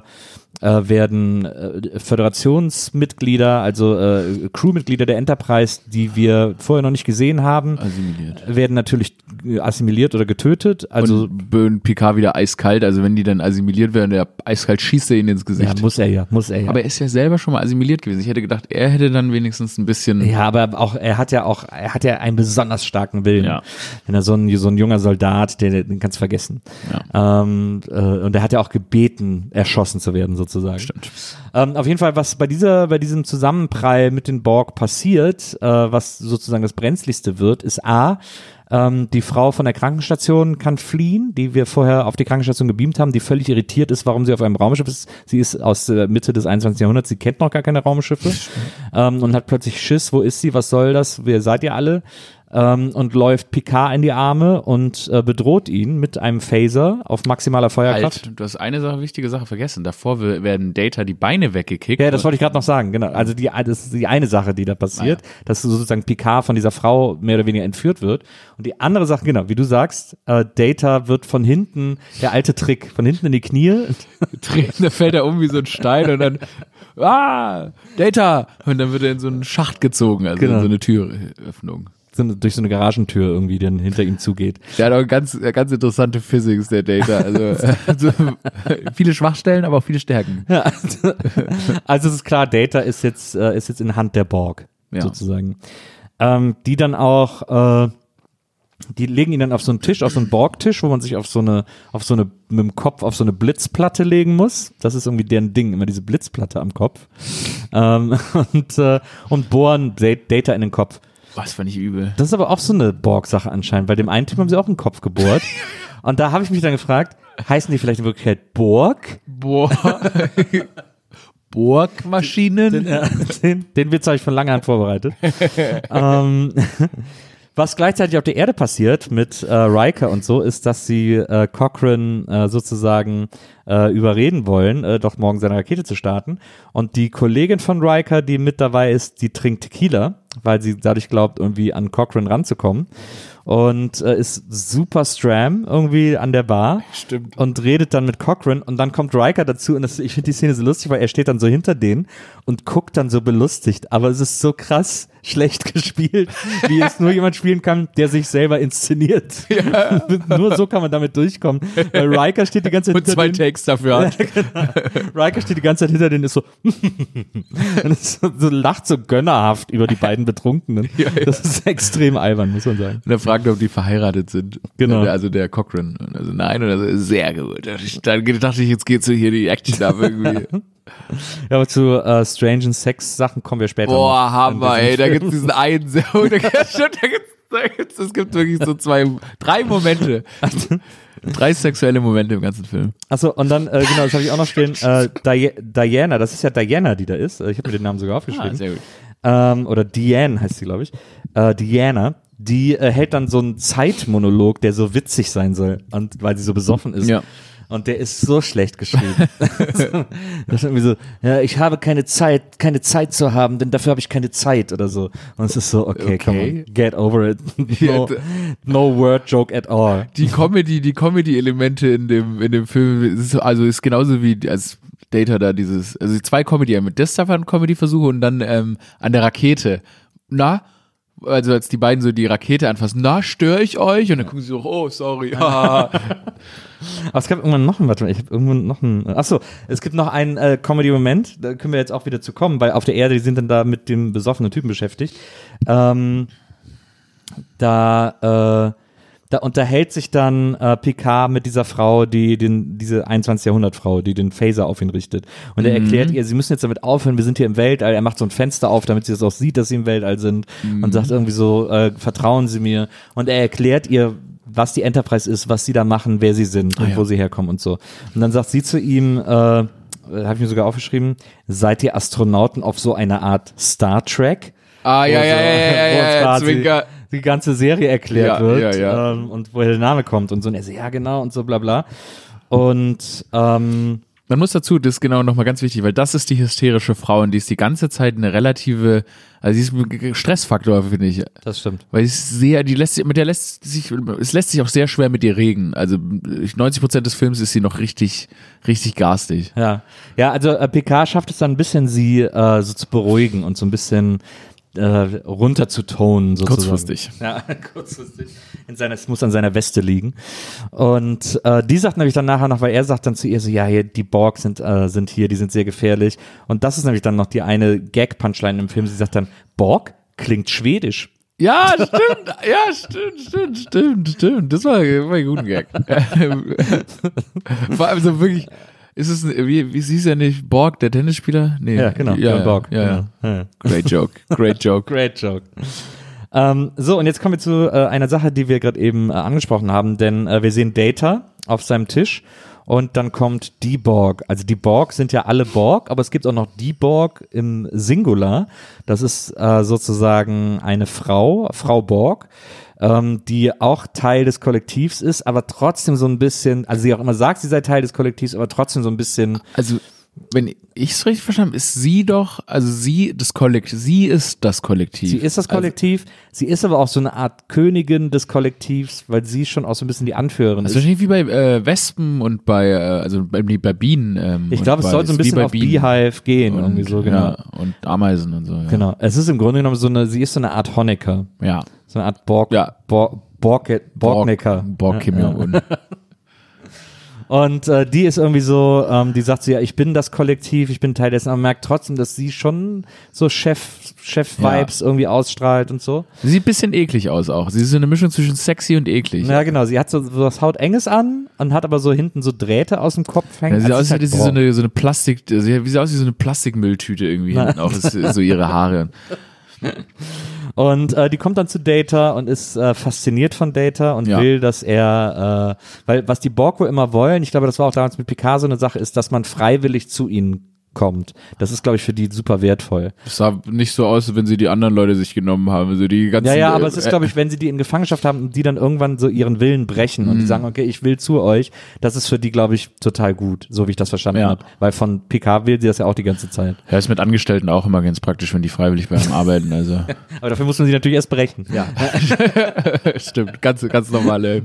Föderationsmitglieder, also Crewmitglieder der Enterprise, die wir vorher noch nicht gesehen haben, werden natürlich assimiliert oder getötet. Also und Picard wieder eiskalt, also wenn die dann assimiliert werden, der eiskalt schießt er ihnen ins Gesicht. Ja, muss er ja. Aber er ist ja selber schon mal assimiliert gewesen. Ich hätte gedacht, er hätte dann wenigstens ein bisschen... Ja, aber auch er hat ja einen besonders starken Willen. Ja. Wenn er so ein junger Soldat, den kannst du vergessen. Ja. Und er hat ja auch gebeten, erschossen zu werden, sozusagen. Stimmt. Auf jeden Fall, was bei diesem Zusammenprall mit den Borg passiert, was sozusagen das Brenzligste wird, ist die Frau von der Krankenstation kann fliehen, die wir vorher auf die Krankenstation gebeamt haben, die völlig irritiert ist, warum sie auf einem Raumschiff ist. Sie ist aus der Mitte des 21. Jahrhunderts, sie kennt noch gar keine Raumschiffe und hat plötzlich Schiss, wo ist sie, was soll das, wer seid ihr alle? Und läuft Picard in die Arme und bedroht ihn mit einem Phaser auf maximaler Feuerkraft. Halt, du hast eine wichtige Sache vergessen. Davor werden Data die Beine weggekickt. Ja, das wollte ich gerade noch sagen, genau. Also das ist die eine Sache, die da passiert, dass sozusagen Picard von dieser Frau mehr oder weniger entführt wird. Und die andere Sache, genau, wie du sagst, Data wird von hinten, der alte Trick, von hinten in die Knie. Da fällt er um wie so ein Stein und dann Data! Und dann wird er in so einen Schacht gezogen, also in so eine Türöffnung. Durch so eine Garagentür irgendwie, die dann hinter ihm zugeht. Der hat auch ganz interessante Physics, der Data. Also viele Schwachstellen, aber auch viele Stärken. Ja, also es ist klar, Data ist jetzt in Hand der Borg, sozusagen. Die dann auch, die legen ihn dann auf so einen Tisch, auf so einen Borg-Tisch, wo man sich mit dem Kopf auf so eine Blitzplatte legen muss. Das ist irgendwie deren Ding, immer diese Blitzplatte am Kopf. Und bohren Data in den Kopf. Was fand ich übel. Das ist aber auch so eine Borg-Sache anscheinend, weil dem einen Typ haben sie auch einen Kopf gebohrt. Und da habe ich mich dann gefragt, heißen die vielleicht in Wirklichkeit Borg? Borg-Maschinen? Den Witz habe ich von langer Hand vorbereitet. Was gleichzeitig auf der Erde passiert mit Riker und so, ist, dass sie Cochrane sozusagen überreden wollen, doch morgen seine Rakete zu starten. Und die Kollegin von Riker, die mit dabei ist, die trinkt Tequila, weil sie dadurch glaubt, irgendwie an Cochrane ranzukommen. Und ist super stram irgendwie an der Bar. Stimmt. Und redet dann mit Cochrane und dann kommt Riker dazu und ich finde die Szene so lustig, weil er steht dann so hinter denen und guckt dann so belustigt, aber es ist so krass schlecht gespielt, wie es nur jemand spielen kann, der sich selber inszeniert. Ja. Nur so kann man damit durchkommen, weil Riker steht die ganze Zeit hinter denen. Und 2 Takes dafür hat. Ja, genau. Riker steht die ganze Zeit hinter denen, ist so und ist so lacht so gönnerhaft über die beiden Betrunkenen. Ja. Das ist extrem albern, muss man sagen. Und er fragt, ob die verheiratet sind. Genau. Also der Cochrane. Also nein, und also sehr gut. Dann dachte ich, jetzt geht so hier die Action ab irgendwie. Ja, aber zu Strange Sex-Sachen kommen wir später. Boah, noch. Hammer, ey, da gibt's diesen einen, es gibt wirklich so 3 Momente. 3 sexuelle Momente im ganzen Film. Achso, und dann, genau, das habe ich auch noch stehen, Diana, das ist ja Diana, die da ist. Ich habe mir den Namen sogar aufgeschrieben. Sehr gut. Oder Diane heißt sie, glaube ich. Diana, die hält dann so einen Zeitmonolog, der so witzig sein soll, und weil sie so besoffen ist. Ja. Und der ist so schlecht geschrieben. Das ist irgendwie so, ja, ich habe keine Zeit zu haben, denn dafür habe ich keine Zeit oder so. Und es ist so, okay, come on, get over it. No word joke at all. Die Comedy-Elemente in dem Film ist genauso wie als Data da also 2 Comedy, mit das davon Comedy-Versuche und dann an der Rakete. Also als die beiden so die Rakete anfassen, störe ich euch? Und dann gucken sie so, oh, sorry. Aber es gab irgendwann noch es gibt noch einen Comedy-Moment, da können wir jetzt auch wieder zu kommen, weil auf der Erde, die sind dann da mit dem besoffenen Typen beschäftigt. Da da unterhält sich dann Picard mit dieser Frau, diese 21. Jahrhundert-Frau, die den Phaser auf ihn richtet. Und er erklärt ihr, sie müssen jetzt damit aufhören, wir sind hier im Weltall. Er macht so ein Fenster auf, damit sie das auch sieht, dass sie im Weltall sind und sagt irgendwie so, vertrauen Sie mir. Und er erklärt ihr, was die Enterprise ist, was sie da machen, wer sie sind und wo sie herkommen und so. Und dann sagt sie zu ihm, habe ich mir sogar aufgeschrieben, seid ihr Astronauten auf so eine Art Star Trek? Zwinker. Die ganze Serie erklärt wird ja. Und woher der Name kommt und so. Und er so, ja genau und so bla bla. Und man muss dazu, das ist genau nochmal ganz wichtig, weil das ist die hysterische Frau und die ist die ganze Zeit eine relative, also sie ist ein Stressfaktor, finde ich. Das stimmt. Weil es lässt sich auch sehr schwer mit ihr reden. Also 90% des Films ist sie noch richtig, richtig garstig. Ja, also Picard schafft es dann ein bisschen, sie so zu beruhigen und so ein bisschen runterzutonen sozusagen. Kurzfristig. Ja, kurzfristig. Es muss an seiner Weste liegen. Und die sagt nämlich dann nachher noch, weil er sagt dann zu ihr so, ja, hier, die Borg sind hier, die sind sehr gefährlich. Und das ist nämlich dann noch die eine Gag-Punchline im Film. Sie sagt dann, Borg klingt schwedisch. Ja, stimmt. Ja, stimmt. Das war ein guter Gag. Vor allem so wirklich, ist es, wie hieß er nicht, Borg, der Tennisspieler? Nee. Ja, genau. Borg. Ja. Great joke. Great joke. So, und jetzt kommen wir zu einer Sache, die wir gerade eben angesprochen haben, denn wir sehen Data auf seinem Tisch und dann kommt die Borg. Also die Borg sind ja alle Borg, aber es gibt auch noch die Borg im Singular. Das ist sozusagen eine Frau Borg, die auch Teil des Kollektivs ist, aber trotzdem so ein bisschen, also sie auch immer sagt, sie sei Teil des Kollektivs, aber trotzdem so ein bisschen. Also, wenn ich es richtig verstanden habe, ist sie doch, also sie das Kollektiv, sie ist das Kollektiv. Sie ist das Kollektiv, sie ist aber auch so eine Art Königin des Kollektivs, weil sie schon auch so ein bisschen die Anführerin ist. Also wahrscheinlich wie bei Wespen und bei Bienen. Ich glaube, es soll so ein bisschen auf Beehive gehen, und, irgendwie so, genau. Ja, und Ameisen und so. Ja. Genau, es ist im Grunde genommen sie ist so eine Art Honecker. Ja. So eine Art Borgnecker. Borg Kim Jong-un. Und die ist irgendwie so, die sagt so, ja, ich bin das Kollektiv, ich bin Teil dessen, aber man merkt trotzdem, dass sie schon so Chef-Vibes irgendwie ausstrahlt und so. Sie sieht ein bisschen eklig aus auch. Sie ist so eine Mischung zwischen sexy und eklig. Ja, genau. Sie hat so was Hautenges an und hat aber so hinten so Drähte aus dem Kopf hängen. Ja, sieht aus, wie so eine Plastik, sie sieht aus wie so eine Plastikmülltüte irgendwie hinten auch, ist so ihre Haare. Und die kommt dann zu Data und ist fasziniert von Data und will, dass er, weil was die Borg wohl immer wollen, ich glaube, das war auch damals mit Picard so eine Sache, ist, dass man freiwillig zu ihnen kommt. Das ist, glaube ich, für die super wertvoll. Das sah nicht so aus, wenn sie die anderen Leute sich genommen haben. Also die ganzen, ja, aber es ist, glaube ich, wenn sie die in Gefangenschaft haben und die dann irgendwann so ihren Willen brechen und die sagen, okay, ich will zu euch, das ist für die, glaube ich, total gut, so wie ich das verstanden habe. Weil von Picard will sie das ja auch die ganze Zeit. Ja, ist mit Angestellten auch immer ganz praktisch, wenn die freiwillig bei einem arbeiten. Also. Aber dafür muss man sie natürlich erst brechen. Ja. Stimmt, ganz normale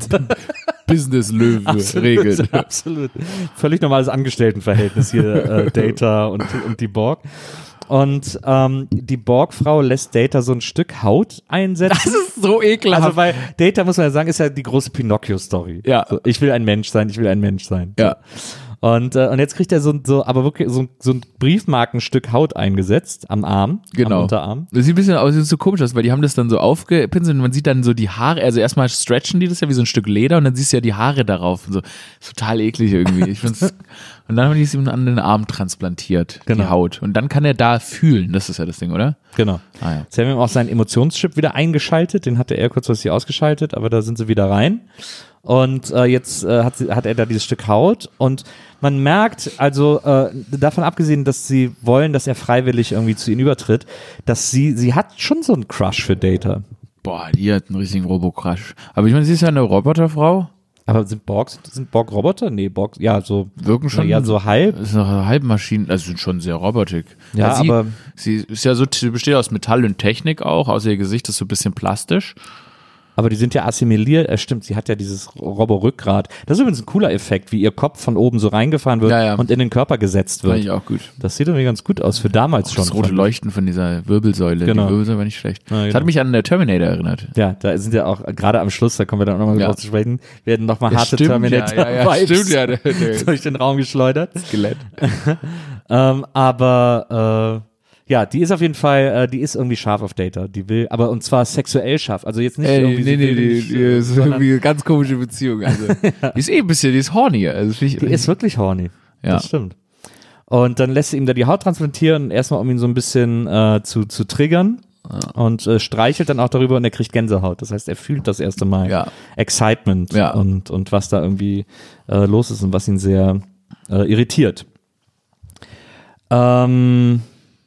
Business-Löwe-Regeln. Absolut. Völlig normales Angestelltenverhältnis hier, Data und die Borg. Und die Borg-Frau lässt Data so ein Stück Haut einsetzen. Das ist so ekelhaft. Also weil Data, muss man ja sagen, ist ja die große Pinocchio-Story. Ja. So, ich will ein Mensch sein. Ja. Und jetzt kriegt er aber wirklich so ein Briefmarkenstück Haut eingesetzt am Arm, genau. Am Unterarm. Das sieht ein bisschen aus, sieht so komisch aus, weil die haben das dann so aufgepinselt und man sieht dann so die Haare, also erstmal stretchen die das ja wie so ein Stück Leder und dann siehst du ja die Haare darauf und so. Total eklig irgendwie. Ich find's, und dann haben die es ihm an den Arm transplantiert, die Haut. Und dann kann er da fühlen, das ist ja das Ding, oder? Genau. Sie haben ihm auch seinen Emotionschip wieder eingeschaltet, den hatte er kurzfristig ausgeschaltet, aber da sind sie wieder rein. Und jetzt hat er da dieses Stück Haut und man merkt, also davon abgesehen, dass sie wollen, dass er freiwillig irgendwie zu ihnen übertritt, dass sie hat schon so einen Crush für Data. Boah, die hat einen richtigen Robo-Crush. Aber ich meine, sie ist ja eine Roboterfrau. Aber sind Borg Roboter? Nee, Borg, ja, so. Wirken schon. Ja, so halb. Das ist noch Halbmaschinen, also sind schon sehr robotik. Ja, aber. Sie ist ja so, sie besteht aus Metall und Technik auch, außer ihr Gesicht ist so ein bisschen plastisch. Aber die sind ja assimiliert, stimmt, sie hat ja dieses Robo-Rückgrat. Das ist übrigens ein cooler Effekt, wie ihr Kopf von oben so reingefahren wird und in den Körper gesetzt wird. Fand ich auch gut. Das sieht irgendwie ganz gut aus, für damals schon. Das rote Leuchten von dieser Wirbelsäule, genau. Die Wirbelsäule war nicht schlecht. Ja, genau. Das hat mich an der Terminator erinnert. Ja, da sind ja auch, gerade am Schluss, da kommen wir dann auch nochmal drauf zu sprechen, werden nochmal harte Terminator-Vibes durch den Raum geschleudert. Skelett. Aber Ja, die ist auf jeden Fall, die ist irgendwie scharf auf Data. Die will, aber und zwar sexuell scharf. Also jetzt nicht irgendwie. Die ist irgendwie eine ganz komische Beziehung. Also, die ist ein bisschen, die ist horny. Also, die ist wirklich horny. Ja. Das stimmt. Und dann lässt sie ihm da die Haut transplantieren, erstmal um ihn so ein bisschen zu triggern. Und streichelt dann auch darüber und er kriegt Gänsehaut. Das heißt, er fühlt das erste Mal Excitement und was da irgendwie los ist und was ihn sehr irritiert. Und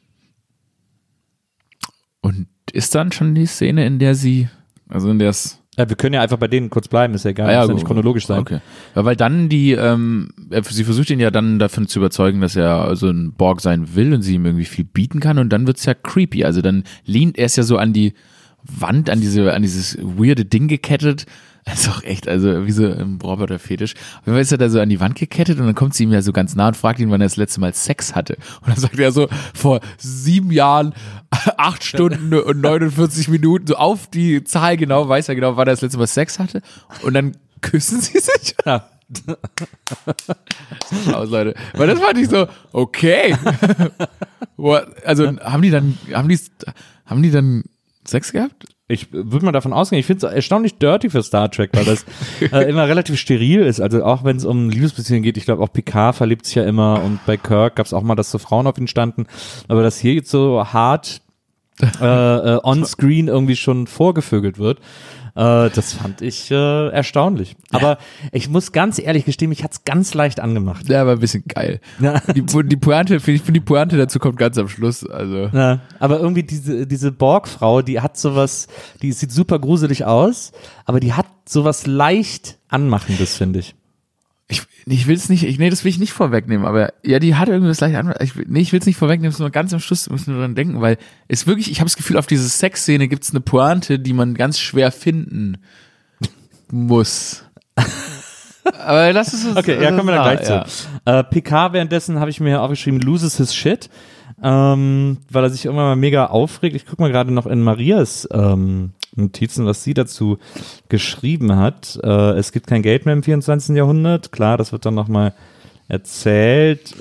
ist dann schon die Szene, in der sie, also in der es... Ja, wir können ja einfach bei denen kurz bleiben, ist ja egal, muss ja nicht chronologisch sein. Okay. Ja, weil dann sie versucht ihn ja dann davon zu überzeugen, dass er so ein Borg sein will und sie ihm irgendwie viel bieten kann und dann wird's ja creepy. Also dann lehnt er es ja so an die Wand, an dieses weirde Ding gekettet. Das ist auch echt, also wie so ein Roboter-Fetisch. Auf jeden Fall ist er da so an die Wand gekettet und dann kommt sie ihm ja so ganz nah und fragt ihn, wann er das letzte Mal Sex hatte. Und dann sagt er so, vor 7 Jahren, 8 Stunden und 49 Minuten, so auf die Zahl genau, weiß er genau, wann er das letzte Mal Sex hatte. Und dann küssen sie sich. Ja. Aus, Leute. Weil das fand ich so, okay. Also haben die dann Sex gehabt? Ich würde mal davon ausgehen, ich finde es erstaunlich dirty für Star Trek, weil das immer relativ steril ist. Also auch wenn es um Liebesbeziehungen geht, ich glaube auch Picard verliebt sich ja immer und bei Kirk gab es auch mal, dass so Frauen auf ihn standen. Aber dass hier jetzt so hart on-screen irgendwie schon vorgevögelt wird, das fand ich erstaunlich. Aber ich muss ganz ehrlich gestehen, mich hat's ganz leicht angemacht. Ja, aber ein bisschen geil. Ja. Die Pointe, ich finde die Pointe dazu kommt ganz am Schluss. Also. Ja, aber irgendwie diese Borg-Frau, die hat sowas, die sieht super gruselig aus, aber die hat sowas leicht Anmachendes, finde ich. Ich will es nicht, das will ich nicht vorwegnehmen, aber ja, die hat irgendwas leicht an. Ich will es nicht vorwegnehmen, nur ganz am Schluss müssen wir dran denken, weil es wirklich, ich habe das Gefühl, auf diese Sexszene gibt es eine Pointe, die man ganz schwer finden muss. Aber das ist okay, ja, kommen wir dann gleich zu. Picard währenddessen habe ich mir aufgeschrieben, loses his shit, weil er sich irgendwann mal mega aufregt. Ich gucke mal gerade noch in Marias Notizen, was sie dazu geschrieben hat. Es gibt kein Geld mehr im 24. Jahrhundert. Klar, das wird dann nochmal erzählt.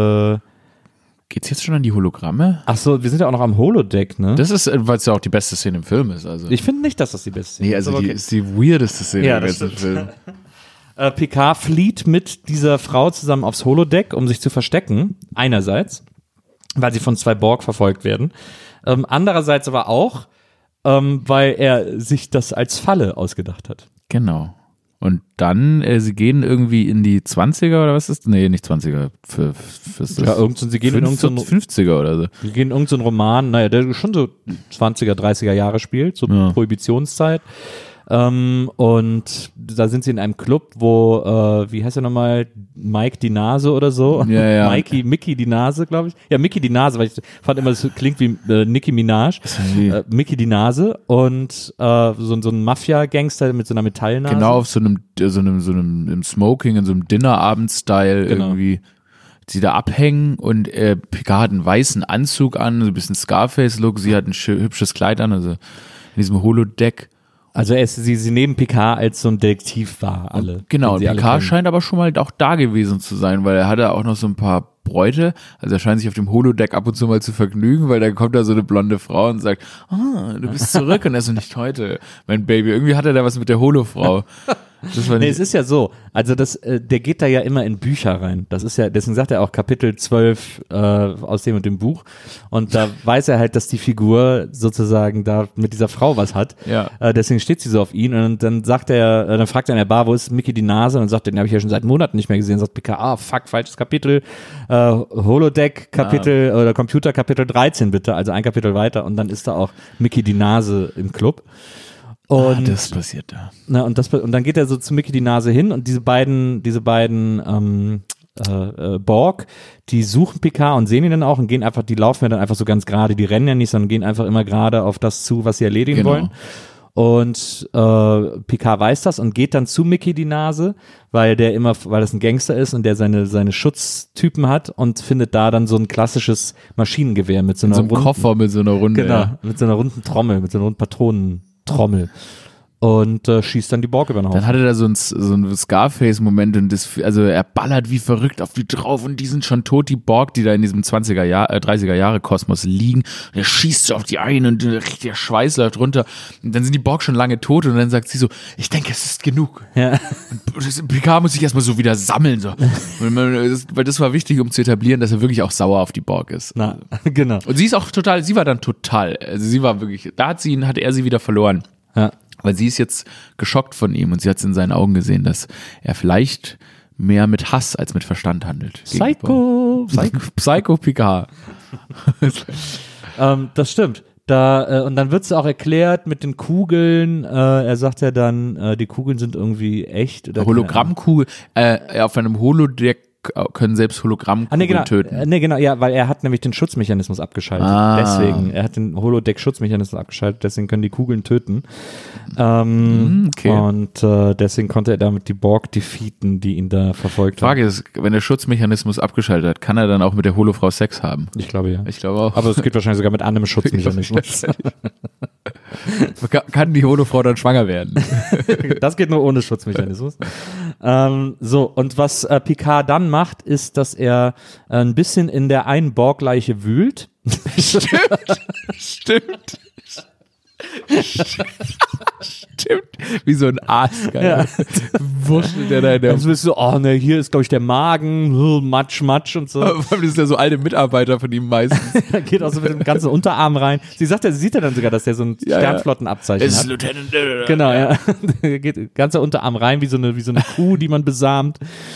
Geht's jetzt schon an die Hologramme? Ach so, wir sind ja auch noch am Holodeck, ne? Das ist, weil es ja auch die beste Szene im Film ist. Also. Ich finde nicht, dass das die beste Szene ist. Nee, also die ist die weirdeste Szene im ganzen Film. Picard flieht mit dieser Frau zusammen aufs Holodeck, um sich zu verstecken. Einerseits, weil sie von 2 Borg verfolgt werden. Andererseits aber auch, weil er sich das als Falle ausgedacht hat. Genau. Und dann, sie gehen irgendwie in die 20er oder was ist? Nee, nicht 20er. Sie gehen in irgendeinen 50er oder so. Sie gehen in irgendeinen Roman, der schon so 20er, 30er Jahre spielt, so Prohibitionszeit. Und da sind sie in einem Club, wo, wie heißt er nochmal, Mike die Nase oder so? Ja. Mickey die Nase, glaube ich. Ja, Mickey die Nase, weil ich fand immer, das klingt wie Nicki Minaj. Mickey die Nase und so ein Mafia-Gangster mit so einer Metallnase. Genau, auf so einem im Smoking, in so einem Dinnerabend-Style irgendwie. Sie da abhängen und Picard hat einen weißen Anzug an, so ein bisschen Scarface-Look, sie hat ein hübsches Kleid an, also in diesem Holodeck. Also sie nehmen Picard als so ein Detektiv wahr, alle. Genau, Picard scheint aber schon mal auch da gewesen zu sein, weil er hatte auch noch so ein paar Bräute, also er scheint sich auf dem Holodeck ab und zu mal zu vergnügen, weil dann kommt da so eine blonde Frau und sagt, du bist zurück und er so, nicht heute, mein Baby. Irgendwie hat er da was mit der Holofrau. Nee, es ist ja so, also der geht da ja immer in Bücher rein. Das ist ja, deswegen sagt er auch Kapitel 12 aus dem und dem Buch. Und da weiß er halt, dass die Figur sozusagen da mit dieser Frau was hat. Ja. Deswegen steht sie so auf ihn und dann sagt er, dann fragt er in der Bar, wo ist Mickey die Nase? Und dann sagt er, den habe ich ja schon seit Monaten nicht mehr gesehen. Und sagt Picard, fuck, falsches Kapitel, Holodeck-Kapitel oder Computer-Kapitel 13 bitte, also ein Kapitel weiter. Und dann ist da auch Mickey die Nase im Club. Und das passiert da. Und dann geht er so zu Mickey die Nase hin und diese beiden Borg, die suchen Picard und sehen ihn dann auch und gehen einfach, die laufen ja dann einfach so ganz gerade, die rennen ja nicht, sondern gehen einfach immer gerade auf das zu, was sie erledigen wollen. Und Picard weiß das und geht dann zu Mickey die Nase, weil das ein Gangster ist und der seine Schutztypen hat und findet da dann so ein klassisches Maschinengewehr mit so einem Koffer mit so einer Runde. Genau, mit so einer runden Trommel, mit so einer runden Patronentrommel. und schießt dann die Borg über den Haufen. Dann hatte er so ein Scarface-Moment und also er ballert wie verrückt auf die drauf und die sind schon tot, die Borg, die da in diesem 30er-Jahre-Kosmos liegen. Und er schießt so auf die ein und der Schweiß läuft runter. Und dann sind die Borg schon lange tot und dann sagt sie so, ich denke, es ist genug. Ja. Und Picard muss sich erstmal so wieder sammeln. So. Weil das war wichtig, um zu etablieren, dass er wirklich auch sauer auf die Borg ist. Na, genau. Und sie war dann total, also sie war wirklich, da hat er sie wieder verloren. Ja. Weil sie ist jetzt geschockt von ihm und sie hat es in seinen Augen gesehen, dass er vielleicht mehr mit Hass als mit Verstand handelt. Psycho Picard. Das stimmt. Und dann wird es auch erklärt mit den Kugeln. Er sagt ja dann, die Kugeln sind irgendwie echt. Oder Hologrammkugel, auf einem Holodeck können selbst Hologrammkugeln töten. Genau, ja, weil er hat nämlich den Schutzmechanismus abgeschaltet. Deswegen, er hat den Holodeck-Schutzmechanismus abgeschaltet, deswegen können die Kugeln töten. Okay. Und deswegen konnte er damit die Borg defeaten, die ihn da verfolgt haben. Frage ist, wenn der Schutzmechanismus abgeschaltet hat, kann er dann auch mit der Holofrau Sex haben? Ich glaube ja. Ich glaube auch. Aber es geht wahrscheinlich sogar mit einem Schutzmechanismus. Kann die Holofrau dann schwanger werden? Das geht nur ohne Schutzmechanismus. Und was Picard dann macht, ist, dass er ein bisschen in der einen Borg-Leiche wühlt. Stimmt. Wie so ein Aas, geil. Ja. Wurschtelt der da in der. Dann bist du, oh ne, hier ist glaube ich der Magen, Matsch und so. Das ist ja so alte Mitarbeiter von ihm meistens. Da geht auch so mit dem ganzen Unterarm rein. Sie sieht ja dann sogar, dass der so ein Sternflottenabzeichen hat. Lieutenant. Genau, ja. Der geht ganzer Unterarm rein wie so eine Kuh, die man besamt.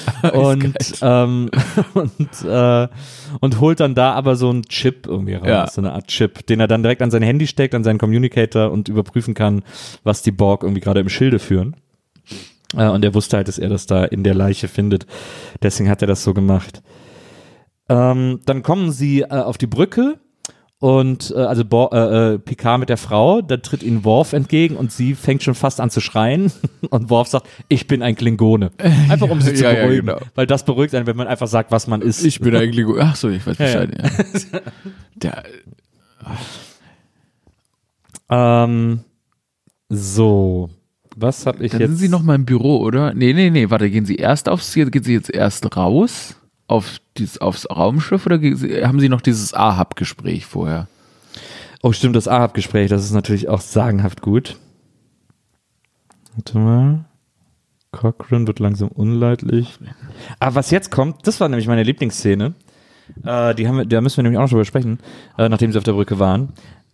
Und holt dann da aber so einen Chip irgendwie raus, so eine Art Chip, den er dann direkt an sein Handy steckt, an seinen Communicator und überprüfen kann, was die Borg irgendwie gerade im Schilde führen. Und er wusste halt, dass er das da in der Leiche findet. Deswegen hat er das so gemacht. Dann kommen sie auf die Brücke und Picard mit der Frau, da tritt ihnen Worf entgegen und sie fängt schon fast an zu schreien und Worf sagt, ich bin ein Klingone. Einfach um sie zu beruhigen, weil das beruhigt einen, wenn man einfach sagt, was man ist. Ich bin ein Klingone. Ach so, ich weiß Bescheid. So, was habe ich dann jetzt? Sind Sie noch mal im Büro, oder? Nee, warte, gehen Sie jetzt erst raus aufs Raumschiff oder haben Sie noch dieses AHAB-Gespräch vorher? Oh stimmt, das AHAB-Gespräch, das ist natürlich auch sagenhaft gut. Warte mal. Cochrane wird langsam unleidlich. Aber was jetzt kommt, das war nämlich meine Lieblingsszene. Da müssen wir nämlich auch noch drüber sprechen, nachdem sie auf der Brücke waren.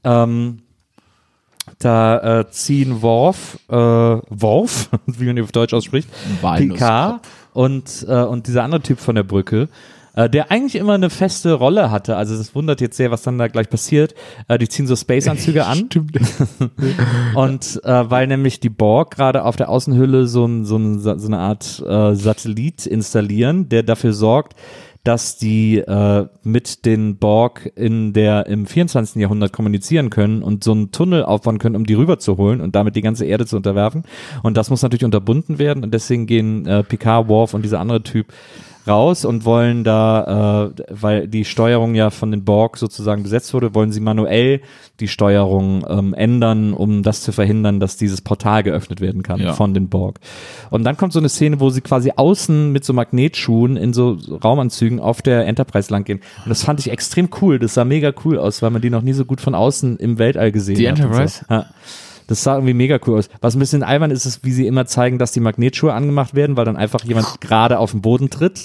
Da ziehen Worf, wie man ihn auf Deutsch ausspricht, Picard und dieser andere Typ von der Brücke, der eigentlich immer eine feste Rolle hatte. Also das wundert jetzt sehr, was dann da gleich passiert. Die ziehen so Space-Anzüge an. Stimmt. Und weil nämlich die Borg gerade auf der Außenhülle so eine Art Satellit installieren, der dafür sorgt, dass die mit den Borg im 24. Jahrhundert kommunizieren können und so einen Tunnel aufbauen können, um die rüberzuholen und damit die ganze Erde zu unterwerfen. Und das muss natürlich unterbunden werden und deswegen gehen Picard, Worf und dieser andere Typ raus und wollen da, weil die Steuerung ja von den Borg sozusagen besetzt wurde, wollen sie manuell die Steuerung ändern, um das zu verhindern, dass dieses Portal geöffnet werden kann von den Borg. Und dann kommt so eine Szene, wo sie quasi außen mit so Magnetschuhen in so Raumanzügen auf der Enterprise lang gehen. Und das fand ich extrem cool. Das sah mega cool aus, weil man die noch nie so gut von außen im Weltall gesehen hat. Die Enterprise? So. Ja. Das sah irgendwie mega cool aus. Was ein bisschen albern ist, ist, wie sie immer zeigen, dass die Magnetschuhe angemacht werden, weil dann einfach jemand gerade auf den Boden tritt.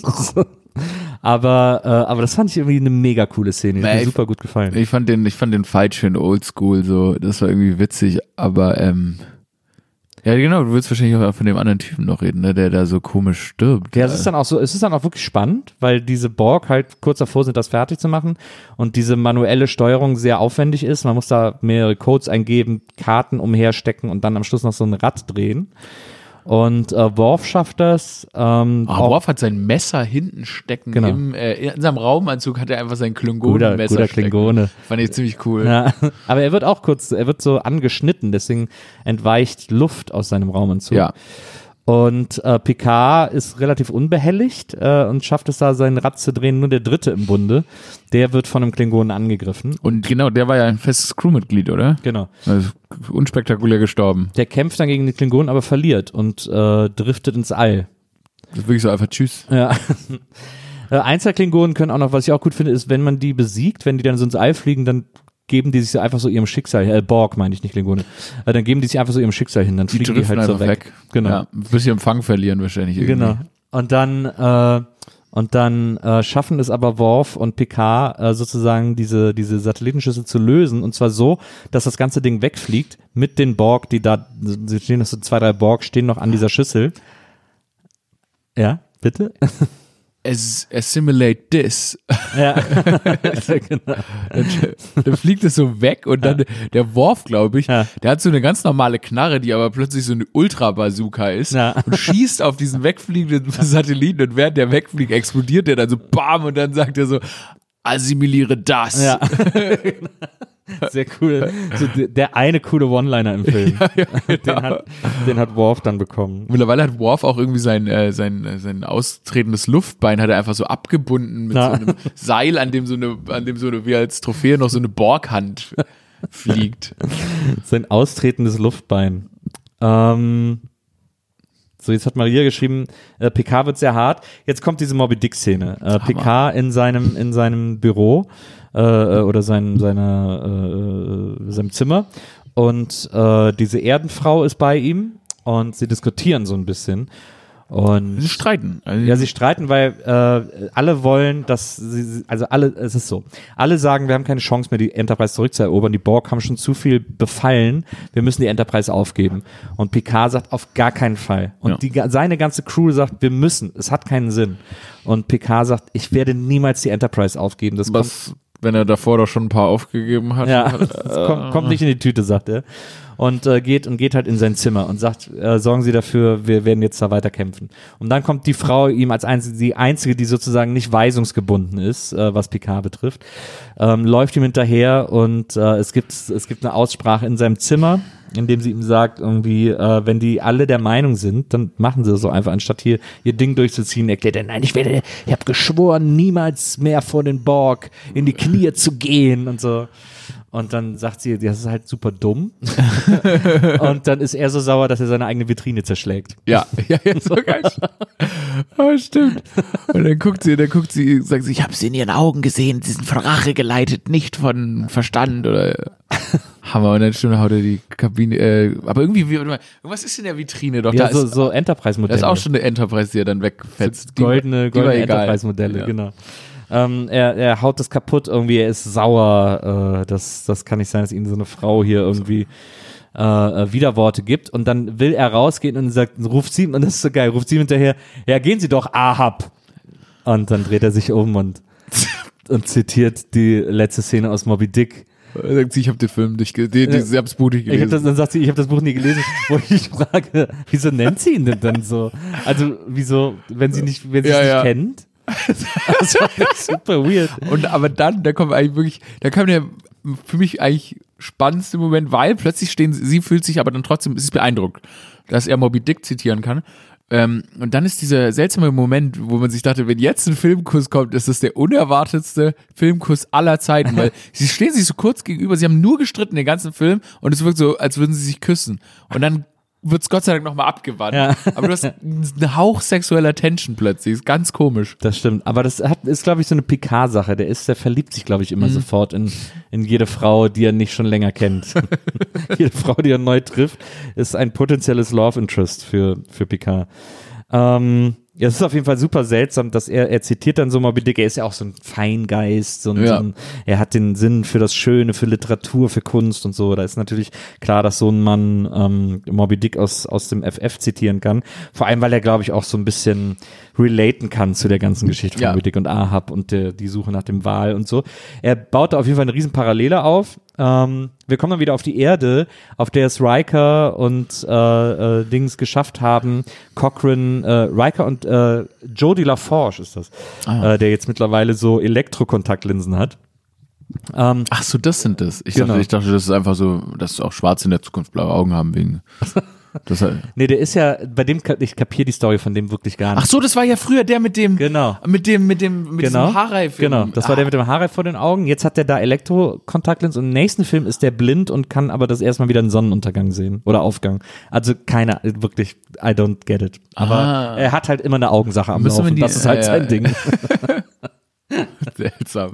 Aber das fand ich irgendwie eine mega coole Szene. Die hat mir super gut gefallen. Ich fand den Fight schön oldschool, so. Das war irgendwie witzig, aber ja, genau, du willst wahrscheinlich auch von dem anderen Typen noch reden, ne, der da so komisch stirbt. Ja, es ist dann auch wirklich spannend, weil diese Borg halt kurz davor sind, das fertig zu machen und diese manuelle Steuerung sehr aufwendig ist. Man muss da mehrere Codes eingeben, Karten umherstecken und dann am Schluss noch so ein Rad drehen. Und Worf schafft das. Worf hat sein Messer hinten stecken. Genau. In seinem Raumanzug hat er einfach sein Klingonenmesser guter stecken. Klingone. Fand ich ziemlich cool. Ja, aber er wird so angeschnitten, deswegen entweicht Luft aus seinem Raumanzug. Ja. Und Picard ist relativ unbehelligt und schafft es da, sein Rad zu drehen. Nur der Dritte im Bunde, der wird von einem Klingonen angegriffen. Und genau, der war ja ein festes Crewmitglied, oder? Genau. Also unspektakulär gestorben. Der kämpft dann gegen die Klingonen, aber verliert und driftet ins All. Das ist wirklich so einfach tschüss. Ja. Einzelklingonen können auch noch, was ich auch gut finde, ist, wenn man die besiegt, wenn die dann so ins All fliegen, dann geben die sich so einfach so ihrem Schicksal, Borg meine ich, nicht Klingone, dann geben die sich einfach so ihrem Schicksal hin, dann fliegen die halt so weg. Genau. Ja, ein bisschen Empfang verlieren wahrscheinlich irgendwie. Genau. Und dann schaffen es aber Worf und Picard sozusagen diese Satellitenschüssel zu lösen, und zwar so, dass das ganze Ding wegfliegt mit den Borg, die da, sie stehen noch so 2, 3 Borg, stehen noch an dieser Schüssel. Ja, bitte? Assimilate this. Ja, genau. Dann fliegt es so weg und dann der Worf, glaube ich, der hat so eine ganz normale Knarre, die aber plötzlich so eine Ultra-Bazooka ist und schießt auf diesen wegfliegenden Satelliten, und während der wegfliegt, explodiert der dann so BAM und dann sagt er so, assimiliere das. Ja. Sehr cool. So der eine coole One-Liner im Film. Ja, genau. Den hat Worf dann bekommen. Mittlerweile hat Worf auch irgendwie sein austretendes Luftbein hat er einfach so abgebunden mit so einem Seil, an dem so eine wie als Trophäe noch so eine Borghand fliegt. Sein austretendes Luftbein. So, jetzt hat Maria geschrieben, Picard wird sehr hart. Jetzt kommt diese Moby-Dick-Szene. Picard in seinem Büro oder seinem Zimmer, und diese Erdenfrau ist bei ihm und sie diskutieren so ein bisschen. Und sie streiten. Ja, sie streiten, weil alle wollen, dass es ist so, alle sagen, wir haben keine Chance mehr, die Enterprise zurückzuerobern, die Borg haben schon zu viel befallen, wir müssen die Enterprise aufgeben. Und Picard sagt, auf gar keinen Fall. Und seine ganze Crew sagt, wir müssen, es hat keinen Sinn. Und Picard sagt, ich werde niemals die Enterprise aufgeben. Wenn er davor doch schon ein paar aufgegeben hat. Ja, kommt nicht in die Tüte, sagt er. Und geht halt in sein Zimmer und sagt, sorgen Sie dafür, wir werden jetzt da weiter kämpfen. Und dann kommt die Frau ihm als die einzige, die sozusagen nicht weisungsgebunden ist, was Picard betrifft, läuft ihm hinterher, und es gibt eine Aussprache in seinem Zimmer, in dem sie ihm sagt, irgendwie, wenn die alle der Meinung sind, dann machen sie das so einfach, anstatt hier ihr Ding durchzuziehen, erklärt er, nein, ich habe geschworen, niemals mehr vor den Borg in die Knie zu gehen und so. Und dann sagt sie, das ist halt super dumm. Und dann ist er so sauer, dass er seine eigene Vitrine zerschlägt. Ja, so geil. Oh, stimmt. Und dann guckt sie, sagt sie, ich habe sie in ihren Augen gesehen, sie sind von Rache geleitet, nicht von Verstand oder Hammer. Und dann stimmt, haut er die Kabine, aber irgendwie, was ist in der Vitrine doch? Ja, da so Enterprise-Modelle. Da ist auch schon eine Enterprise, die er dann wegfetzt. Goldene Enterprise-Modelle, genau. Er haut das kaputt irgendwie, er ist sauer, das kann nicht sein, dass ihm so eine Frau hier irgendwie Widerworte gibt, und dann will er rausgehen und ruft sie, und das ist so geil, ruft sie hinterher, ja, gehen Sie doch, Ahab. Und dann dreht er sich um und zitiert die letzte Szene aus Moby Dick. Er sagt sie, ich habe den Film nicht gelesen, ich habe das Buch nicht gelesen. Dann sagt sie, ich habe das Buch nie gelesen, wo ich mich frage, wieso nennt sie ihn denn dann so? Also, wieso, wenn sie es nicht kennt? Das war super weird. Aber dann, da kam der für mich eigentlich spannendste Moment, weil plötzlich sie fühlt sich aber dann trotzdem, es ist beeindruckt, dass er Moby Dick zitieren kann. Und dann ist dieser seltsame Moment, wo man sich dachte, wenn jetzt ein Filmkuss kommt, ist das der unerwartetste Filmkuss aller Zeiten, weil sie stehen sich so kurz gegenüber, sie haben nur gestritten den ganzen Film, und es wirkt so, als würden sie sich küssen. Und dann wird es Gott sei Dank nochmal abgewandt. Ja. Aber du hast einen Hauch sexueller Tension plötzlich. Ist ganz komisch. Das stimmt. Aber das ist, glaube ich, so eine Picard-Sache. Der verliebt sich, glaube ich, immer sofort in jede Frau, die er nicht schon länger kennt. Jede Frau, die er neu trifft, ist ein potenzielles Love Interest für Picard. Ja, es ist auf jeden Fall super seltsam, dass er zitiert dann so Moby Dick, er ist ja auch so ein Feingeist, er hat den Sinn für das Schöne, für Literatur, für Kunst und so. Da ist natürlich klar, dass so ein Mann Moby Dick aus dem FF zitieren kann. Vor allem, weil er, glaube ich, auch so ein bisschen relaten kann zu der ganzen Geschichte von Moby Dick und Ahab und die Suche nach dem Wal und so. Er baut da auf jeden Fall eine riesen Parallele auf. Wir kommen dann wieder auf die Erde, auf der es Riker und Dings geschafft haben. Riker und Jodie LaForge ist das, der jetzt mittlerweile so Elektrokontaktlinsen hat. Ach so, das sind das. Ich dachte, das ist einfach so, dass auch Schwarze in der Zukunft blaue Augen haben wegen Nee, der ist ja, bei dem, ich kapiere die Story von dem wirklich gar nicht. Ach so, das war ja früher der mit dem, Genau. mit diesem Haarreif. Genau, das war der mit dem Haarreif vor den Augen. Jetzt hat der da Elektrokontaktlinsen und im nächsten Film ist der blind und kann aber das erstmal wieder einen Sonnenuntergang sehen oder Aufgang. Also keiner, wirklich, I don't get it. Aber er hat halt immer eine Augensache am Laufen. Das ist halt sein Ding. Seltsam.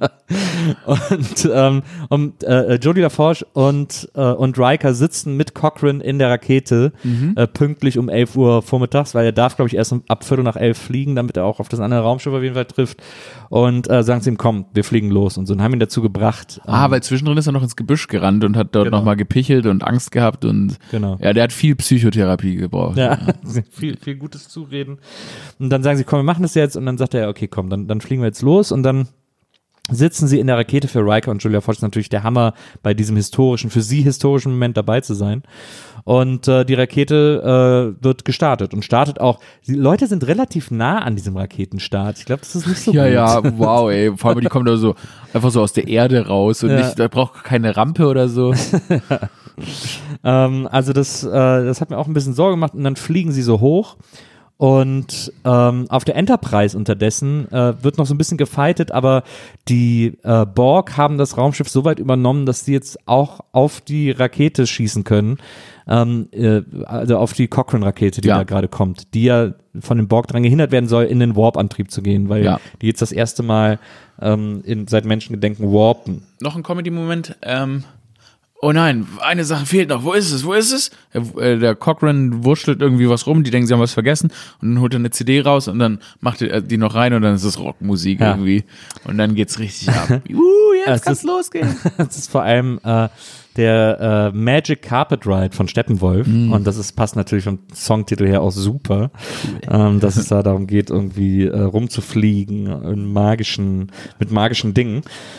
Und Jodie LaForge und Riker sitzen mit Cochrane in der Rakete pünktlich um 11 Uhr vormittags, weil er darf, glaube ich, erst ab 11:15 fliegen, damit er auch auf das andere Raumschiff auf jeden Fall trifft. Und sagen sie ihm, komm, wir fliegen los und so. Und haben ihn dazu gebracht. Weil zwischendrin ist er noch ins Gebüsch gerannt und hat dort nochmal gepichelt und Angst gehabt und ja, der hat viel Psychotherapie gebraucht. Ja, viel gutes Zureden. Und dann sagen sie, komm, wir machen das jetzt. Und dann sagt er, okay, komm, dann fliegen wir jetzt los. Und dann sitzen sie in der Rakete. Für Riker und Julia Fox natürlich der Hammer, bei diesem für sie historischen Moment dabei zu sein. Und die Rakete wird gestartet und startet auch. Die Leute sind relativ nah an diesem Raketenstart. Ich glaube, das ist nicht so gut. Ja, wow, ey. Vor allem, die kommen da so einfach so aus der Erde raus und nicht, da braucht keine Rampe oder so. Also das hat mir auch ein bisschen Sorge gemacht. Und dann fliegen sie so hoch. Und auf der Enterprise unterdessen wird noch so ein bisschen gefightet, aber die Borg haben das Raumschiff so weit übernommen, dass sie jetzt auch auf die Rakete schießen können, also auf die Cochrane-Rakete, die da gerade kommt, die ja von den Borg daran gehindert werden soll, in den Warp-Antrieb zu gehen, weil die jetzt das erste Mal seit Menschengedenken warpen. Noch ein Comedy-Moment, oh nein, eine Sache fehlt noch. Wo ist es? Der Cochrane wurschtelt irgendwie was rum, die denken, sie haben was vergessen und dann holt er eine CD raus und dann macht er die noch rein und dann ist es Rockmusik irgendwie und dann geht's richtig ab. Jetzt kann's losgehen. Das ist vor allem der Magic Carpet Ride von Steppenwolf und passt natürlich vom Songtitel her auch super, dass es da darum geht, irgendwie rumzufliegen mit magischen Dingen.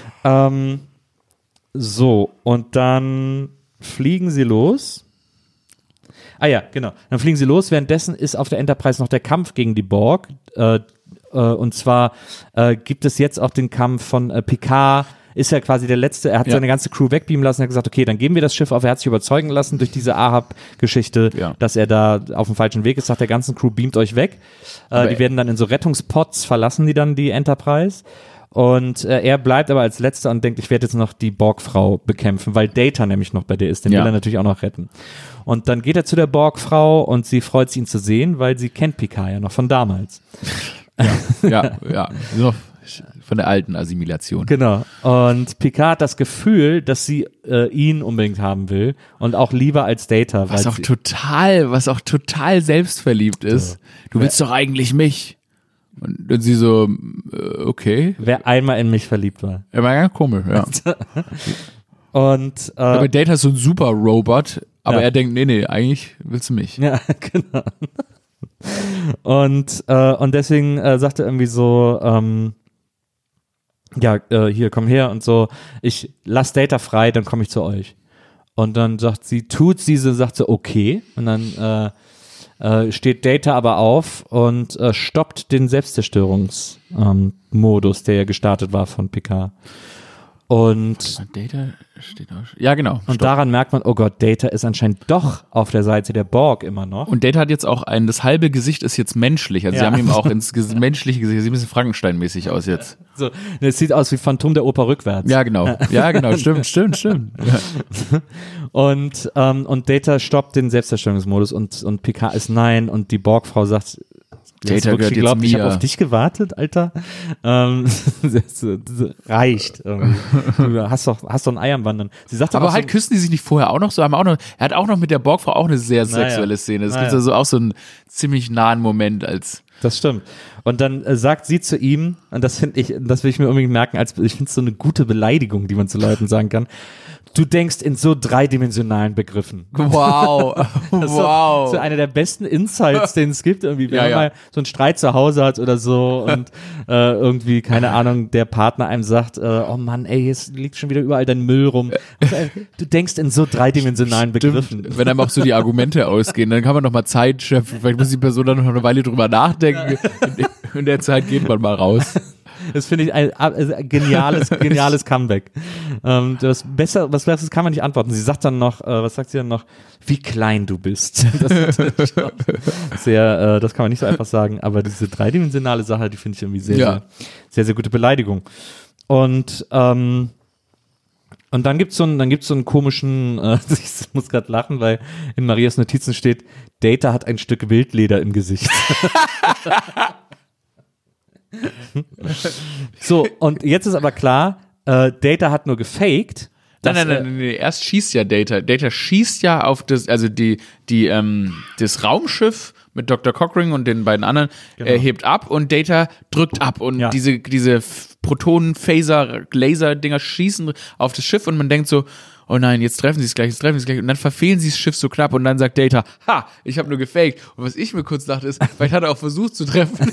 So, und dann fliegen sie los. Genau. Dann fliegen sie los. Währenddessen ist auf der Enterprise noch der Kampf gegen die Borg. Und zwar gibt es jetzt auch den Kampf von Picard. Ist ja quasi der letzte. Er hat seine ganze Crew wegbeamen lassen. Er hat gesagt, okay, dann geben wir das Schiff auf. Er hat sich überzeugen lassen durch diese Ahab-Geschichte, dass er da auf dem falschen Weg ist. Sagt der ganzen Crew, beamt euch weg. Die werden dann in so Rettungspots verlassen, die Enterprise. Und er bleibt aber als Letzter und denkt, ich werde jetzt noch die Borgfrau bekämpfen, weil Data nämlich noch bei der ist, den will er natürlich auch noch retten. Und dann geht er zu der Borgfrau und sie freut sich, ihn zu sehen, weil sie kennt Picard ja noch von damals. Ja. Von der alten Assimilation. Genau. Und Picard hat das Gefühl, dass sie ihn unbedingt haben will und auch lieber als Data. Was auch total selbstverliebt ist. Du willst doch eigentlich mich. Und sie so, okay. Wer einmal in mich verliebt war. Er war ganz komisch, ja. Und aber Data ist so ein super Robot, aber er denkt, nee, eigentlich willst du mich. Ja, genau. Und deswegen sagt er irgendwie so, hier, komm her und so, ich lass Data frei, dann komme ich zu euch. Und dann sagt sie, sagt sie, okay. Und dann steht Data aber auf und stoppt den Selbstzerstörungsmodus, der ja gestartet war von Picard. Und Data steht auch. Ja, genau. Und daran merkt man, oh Gott, Data ist anscheinend doch auf der Seite der Borg immer noch. Und Data hat jetzt auch das halbe Gesicht ist jetzt menschlich. Also sie haben ihm auch ins menschliche Gesicht, sieht ein bisschen Frankenstein-mäßig aus jetzt. So, es sieht aus wie Phantom der Oper rückwärts. Ja, genau. Ja, genau. Stimmt. Ja. Und Data stoppt den Selbstzerstörungsmodus und Picard ist nein und die Borgfrau sagt, Data gehört jetzt mir. Ich habe auf dich gewartet, Alter. Das reicht irgendwie. Du hast doch ein Ei am Wandern. Sie sagt aber auch halt küssen die sich nicht vorher auch noch so, er hat auch noch mit der Borgfrau auch eine sehr sexuelle Szene. Es gibt also auch so einen ziemlich nahen Moment als. Das stimmt. Und dann sagt sie zu ihm, und das will ich mir unbedingt merken, ich finde es so eine gute Beleidigung, die man zu Leuten sagen kann. Du denkst in so dreidimensionalen Begriffen. Wow. Das ist so einer der besten Insights, den es gibt. Irgendwie, wenn man mal so einen Streit zu Hause hat oder so und irgendwie, keine Ahnung, der Partner einem sagt, oh Mann, ey, jetzt liegt schon wieder überall dein Müll rum. Du denkst in so dreidimensionalen Begriffen. Wenn einem auch so die Argumente ausgehen, dann kann man noch mal Zeit schöpfen. Vielleicht muss die Person dann noch eine Weile drüber nachdenken. In der Zeit geht man mal raus. Das finde ich ein geniales Comeback. Was Besseres kann man nicht antworten. Sie sagt dann noch, was sagt sie dann noch? Wie klein du bist. Das kann man nicht so einfach sagen, aber diese dreidimensionale Sache, die finde ich irgendwie sehr gute Beleidigung. Und dann gibt's so einen komischen, ich muss gerade lachen, weil in Marias Notizen steht, Data hat ein Stück Wildleder im Gesicht. So, und jetzt ist aber klar, Data hat nur gefaked. Nein, erst schießt ja Data. Data schießt ja auf das Raumschiff mit Dr. Cockring und den beiden anderen, hebt ab und Data drückt ab und diese Protonen-Phaser-Laser-Dinger schießen auf das Schiff und man denkt so, oh nein, jetzt treffen sie es gleich und dann verfehlen sie das Schiff so knapp und dann sagt Data, ha, ich habe nur gefaked. Und was ich mir kurz dachte ist, vielleicht hat er auch versucht zu treffen.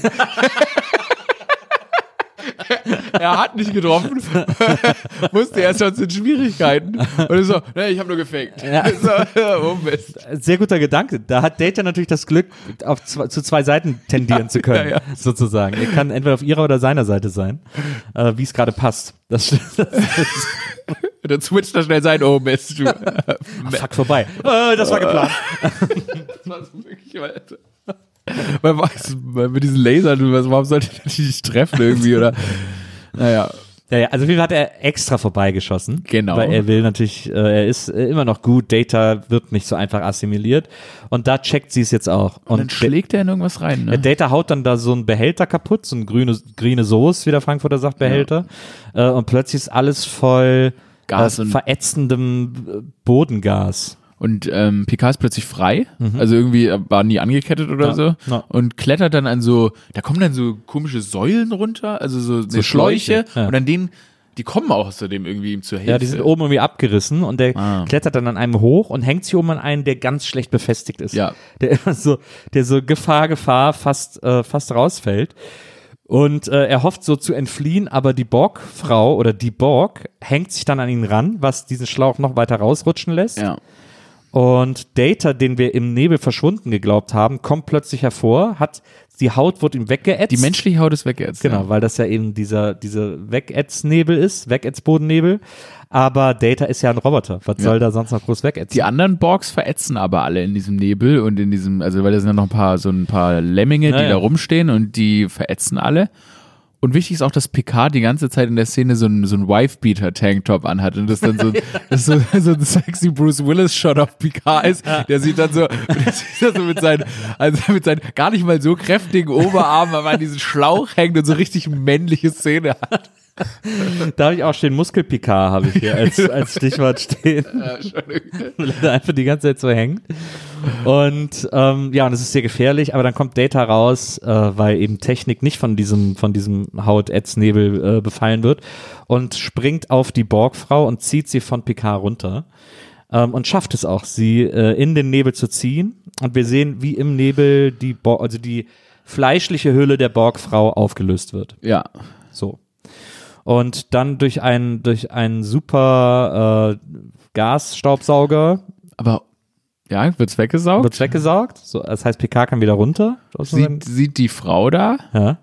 Er hat nicht getroffen, musste erst schon in Schwierigkeiten und so, ich habe nur gefaked. Ja. Sehr guter Gedanke. Da hat Data natürlich das Glück, zu zwei Seiten tendieren zu können, sozusagen. Er kann entweder auf ihrer oder seiner Seite sein, wie es gerade passt. Dann switcht er schnell sein, oh Mist. Fuck, vorbei. Das war geplant. Das war so wirklich, weil mit diesen Lasern, warum sollte ich die nicht treffen irgendwie, oder? Naja. Ja, also wie hat er extra vorbeigeschossen? Genau. Weil er will natürlich, er ist immer noch gut, Data wird nicht so einfach assimiliert und da checkt sie es jetzt auch. Und dann schlägt er in irgendwas rein, ne? Data haut dann da so einen Behälter kaputt, so ein grüne Soße, wie der Frankfurter sagt, Behälter. Ja. Und plötzlich ist alles voll Gas und verätzendem Bodengas. Und Picard ist plötzlich frei, also irgendwie war nie angekettet oder so und klettert dann an so, da kommen dann so komische Säulen runter, also so Schläuche und an denen, die kommen auch außerdem irgendwie ihm zur Hilfe. Ja, die sind oben irgendwie abgerissen und der klettert dann an einem hoch und hängt sich oben an einen, der ganz schlecht befestigt ist. Ja. Der so Gefahr fast rausfällt. Und er hofft so zu entfliehen, aber die Borg-Frau oder die Borg hängt sich dann an ihn ran, was diesen Schlauch noch weiter rausrutschen lässt. Ja. Und Data, den wir im Nebel verschwunden geglaubt haben, kommt plötzlich hervor, die Haut wird ihm weggeätzt. Die menschliche Haut ist weggeätzt. Genau, weil das ja eben dieser Wegätznebel ist, Wegätzbodennebel. Aber Data ist ja ein Roboter. Was soll da sonst noch groß wegätzen? Die anderen Borgs verätzen aber alle in diesem Nebel und in diesem, also weil da sind ja noch ein paar Lemminge, die da rumstehen und die verätzen alle. Und wichtig ist auch, dass Picard die ganze Zeit in der Szene so ein Wife-Beater-Tanktop anhat und das dann so ein sexy Bruce Willis-Shot auf Picard ist. Der sieht dann so mit seinen gar nicht mal so kräftigen Oberarmen, aber an diesen Schlauch hängt und so richtig männliche Szene hat. Da habe ich auch stehen, Muskel-Picard habe ich hier als Stichwort stehen. Ja, schon weil er einfach die ganze Zeit so hängt. Und und es ist sehr gefährlich, aber dann kommt Data raus, weil eben Technik nicht von diesem Hautätznebel befallen wird und springt auf die Borg-Frau und zieht sie von Picard runter und schafft es auch, sie in den Nebel zu ziehen. Und wir sehen, wie im Nebel die fleischliche Hülle der Borg-Frau aufgelöst wird. Ja. So. Und dann durch einen super Gasstaubsauger. Aber ja, wird's weggesaugt? So, das heißt, Picard kann wieder runter. Sieht die Frau da. Ja.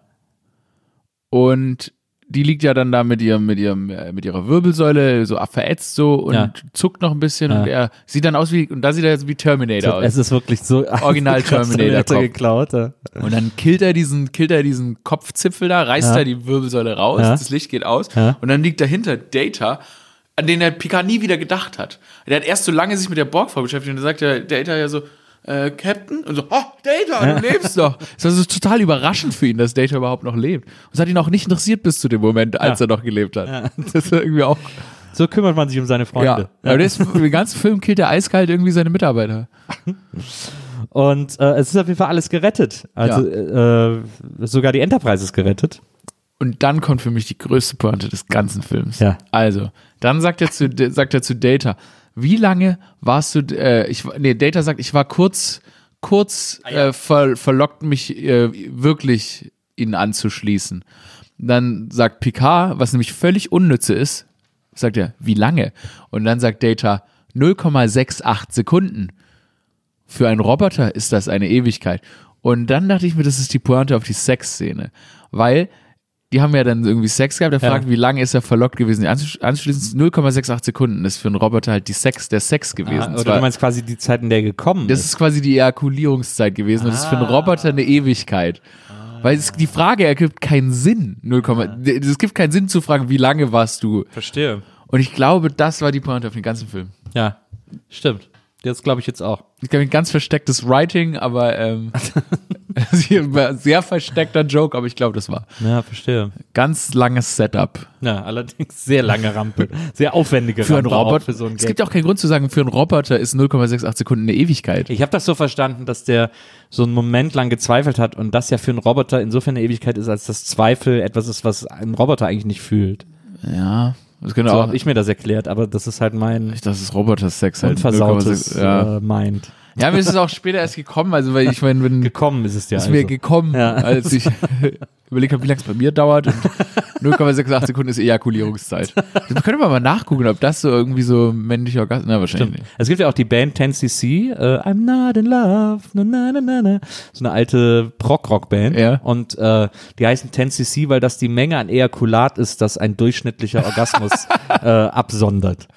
Und die liegt ja dann da mit ihrer Wirbelsäule so verätzt so und zuckt noch ein bisschen und er sieht dann aus und da sieht er jetzt wie Terminator aus. Es ist wirklich so Original Terminator geklaut. Ja. Und dann killt er diesen Kopfzipfel da, reißt er die Wirbelsäule raus, das Licht geht aus und dann liegt dahinter Data, an den der Picard nie wieder gedacht hat. Der hat erst so lange sich mit der Borg-Frau beschäftigt und dann sagt der Data ja so, Captain? Und so, oh, Data, du lebst noch. Das war so total überraschend für ihn, dass Data überhaupt noch lebt. Und es hat ihn auch nicht interessiert bis zu dem Moment, als er noch gelebt hat. Ja. Das ist irgendwie auch... So kümmert man sich um seine Freunde. Ja. Aber den ganzen Film killt er eiskalt irgendwie seine Mitarbeiter. Und es ist auf jeden Fall alles gerettet. Also sogar die Enterprise ist gerettet. Und dann kommt für mich die größte Pointe des ganzen Films. Ja. Also, dann sagt er zu Data, wie lange warst du, Data sagt, ich war kurz verlockt mich wirklich ihnen anzuschließen. Dann sagt Picard, was nämlich völlig unnütze ist, sagt er, wie lange? Und dann sagt Data, 0,68 Sekunden. Für einen Roboter ist das eine Ewigkeit. Und dann dachte ich mir, das ist die Pointe auf die Sexszene. Weil die haben ja dann irgendwie Sex gehabt. Er fragt, wie lange ist er verlockt gewesen? Anschließend 0,68 Sekunden ist für einen Roboter halt der Sex gewesen. Oder du meinst quasi die Zeit, in der er gekommen ist. Das ist quasi die Ejakulierungszeit gewesen. Und das ist für einen Roboter eine Ewigkeit. Weil die Frage ergibt keinen Sinn. Es gibt keinen Sinn zu fragen, wie lange warst du? Verstehe. Und ich glaube, das war die Pointe auf den ganzen Film. Ja, stimmt. Das glaube ich jetzt auch. Ich glaube, ein ganz verstecktes Writing, aber sehr versteckter Joke, aber ich glaube, das war. Ja, verstehe. Ganz langes Setup. Ja, allerdings sehr lange Rampe. Sehr aufwendige für Rampe. Einen Roboter. Für so einen Gag. Es gibt auch keinen Grund zu sagen, für einen Roboter ist 0,68 Sekunden eine Ewigkeit. Ich habe das so verstanden, dass der so einen Moment lang gezweifelt hat und das ja für einen Roboter insofern eine Ewigkeit ist, als das Zweifel etwas ist, was ein Roboter eigentlich nicht fühlt. Ja. Das so habe ich mir das erklärt, aber das ist halt mein das ist Roboter-Sex halt. Unversautes Mind. Ja, mir ist es auch später erst gekommen, also weil ich meine, gekommen ist es ja. Ist mir gekommen, als ich überlegt habe, wie lange es bei mir dauert und 0,68 Sekunden ist Ejakulierungszeit. Das können wir mal nachgucken, ob das so irgendwie so männlicher Orgasmus, na wahrscheinlich nicht. Es gibt ja auch die Band 10cc, I'm not in love, na na na na na. So eine alte Prog-Rock-Band und die heißen 10cc, weil das die Menge an Ejakulat ist, das ein durchschnittlicher Orgasmus absondert.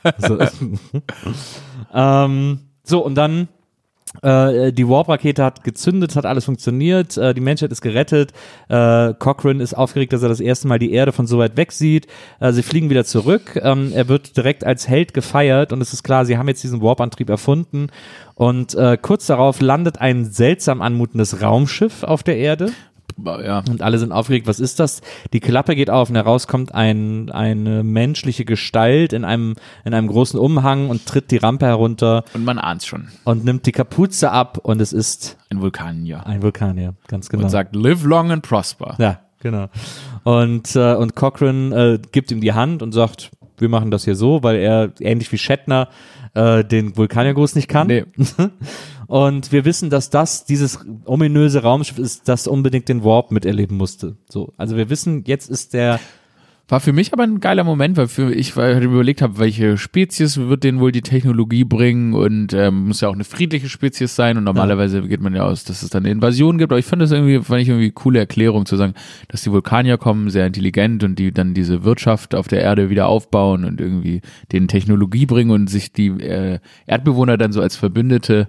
So, und dann die Warp-Rakete hat gezündet, hat alles funktioniert, die Menschheit ist gerettet, Cochrane ist aufgeregt, dass er das erste Mal die Erde von so weit weg sieht, sie fliegen wieder zurück, er wird direkt als Held gefeiert und es ist klar, sie haben jetzt diesen Warp-Antrieb erfunden und kurz darauf landet ein seltsam anmutendes Raumschiff auf der Erde. Ja. Und alle sind aufgeregt, was ist das? Die Klappe geht auf und heraus kommt eine menschliche Gestalt in einem großen Umhang und tritt die Rampe herunter. Und man ahnt's schon. Und nimmt die Kapuze ab und es ist ein Vulkanier. Ein Vulkanier, ganz genau. Und sagt, live long and prosper. Ja, genau. Und Cochrane gibt ihm die Hand und sagt, wir machen das hier so, weil er, ähnlich wie Shatner, den Vulkaniergruß nicht kann. Nee. Und wir wissen, dass dieses ominöse Raumschiff ist, das unbedingt den Warp miterleben musste. So, also wir wissen, jetzt ist der. War für mich aber ein geiler Moment, weil ich überlegt habe, welche Spezies wird denen wohl die Technologie bringen und muss ja auch eine friedliche Spezies sein und normalerweise geht man ja aus, dass es dann eine Invasion gibt, aber ich fand ich irgendwie eine coole Erklärung zu sagen, dass die Vulkanier kommen, sehr intelligent und die dann diese Wirtschaft auf der Erde wieder aufbauen und irgendwie denen Technologie bringen und sich die Erdbewohner dann so als Verbündete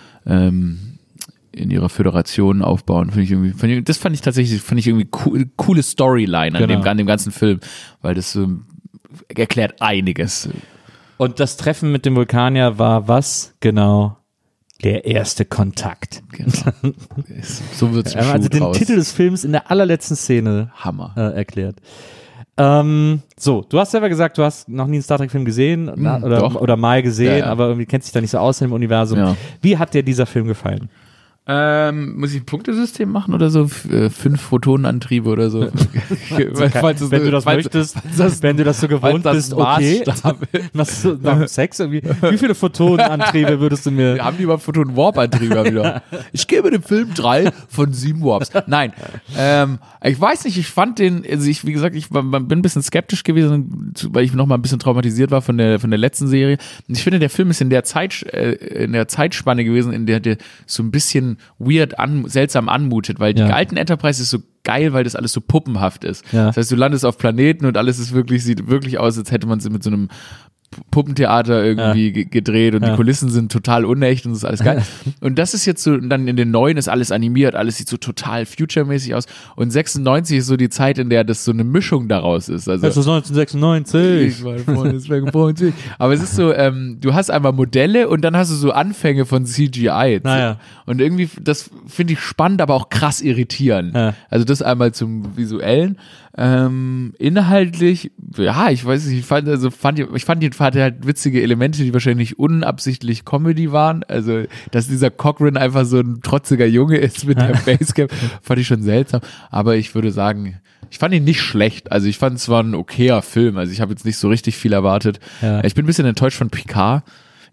in ihrer Föderation aufbauen, fand ich irgendwie coole Storyline an dem ganzen Film, weil das erklärt einiges. Und das Treffen mit dem Vulkanier war was? Genau. Der erste Kontakt. Genau. So wird's also den Titel des Films in der allerletzten Szene Hammer erklärt. So, du hast selber gesagt, du hast noch nie einen Star Trek Film gesehen oder mal gesehen, aber irgendwie kennst dich da nicht so aus im Universum. Ja. Wie hat dir dieser Film gefallen? Muss ich ein Punktesystem machen oder so? 5 Photonenantriebe oder so? Wenn du das möchtest, wenn du das so gewohnt bist, okay. Machst du nach dem Sex irgendwie? Wie viele Photonenantriebe würdest du mir... Wir haben lieber Photonen-Warp-Antriebe wieder. Ich gebe dem Film 3 von 7 Warps. Nein, ich weiß nicht, ich fand den, also wie gesagt, ich bin ein bisschen skeptisch gewesen, weil ich noch mal ein bisschen traumatisiert war von der letzten Serie. Und ich finde, der Film ist in der Zeitspanne gewesen, in der so ein bisschen weird, seltsam anmutet, weil die alten Enterprise ist so geil, weil das alles so puppenhaft ist. Ja. Das heißt, du landest auf Planeten und alles sieht wirklich aus, als hätte man es mit so einem Puppentheater irgendwie gedreht und die Kulissen sind total unecht und das ist alles geil. Und das ist jetzt so, dann in den neuen ist alles animiert, alles sieht so total future-mäßig aus und 96 ist so die Zeit, in der das so eine Mischung daraus ist. Also, das ist 1996. Ich war vorne, aber es ist so, du hast einmal Modelle und dann hast du so Anfänge von CGI. Naja. Und irgendwie, das finde ich spannend, aber auch krass irritierend. Ja. Also das einmal zum Visuellen. Inhaltlich, ja, ich weiß nicht, ich fand die hatte halt witzige Elemente, die wahrscheinlich unabsichtlich Comedy waren. Also, dass dieser Cochrane einfach so ein trotziger Junge ist mit der Basecap, fand ich schon seltsam. Aber ich würde sagen, ich fand ihn nicht schlecht. Also, ich fand es war ein okayer Film. Also, ich habe jetzt nicht so richtig viel erwartet. Ja. Ich bin ein bisschen enttäuscht von Picard.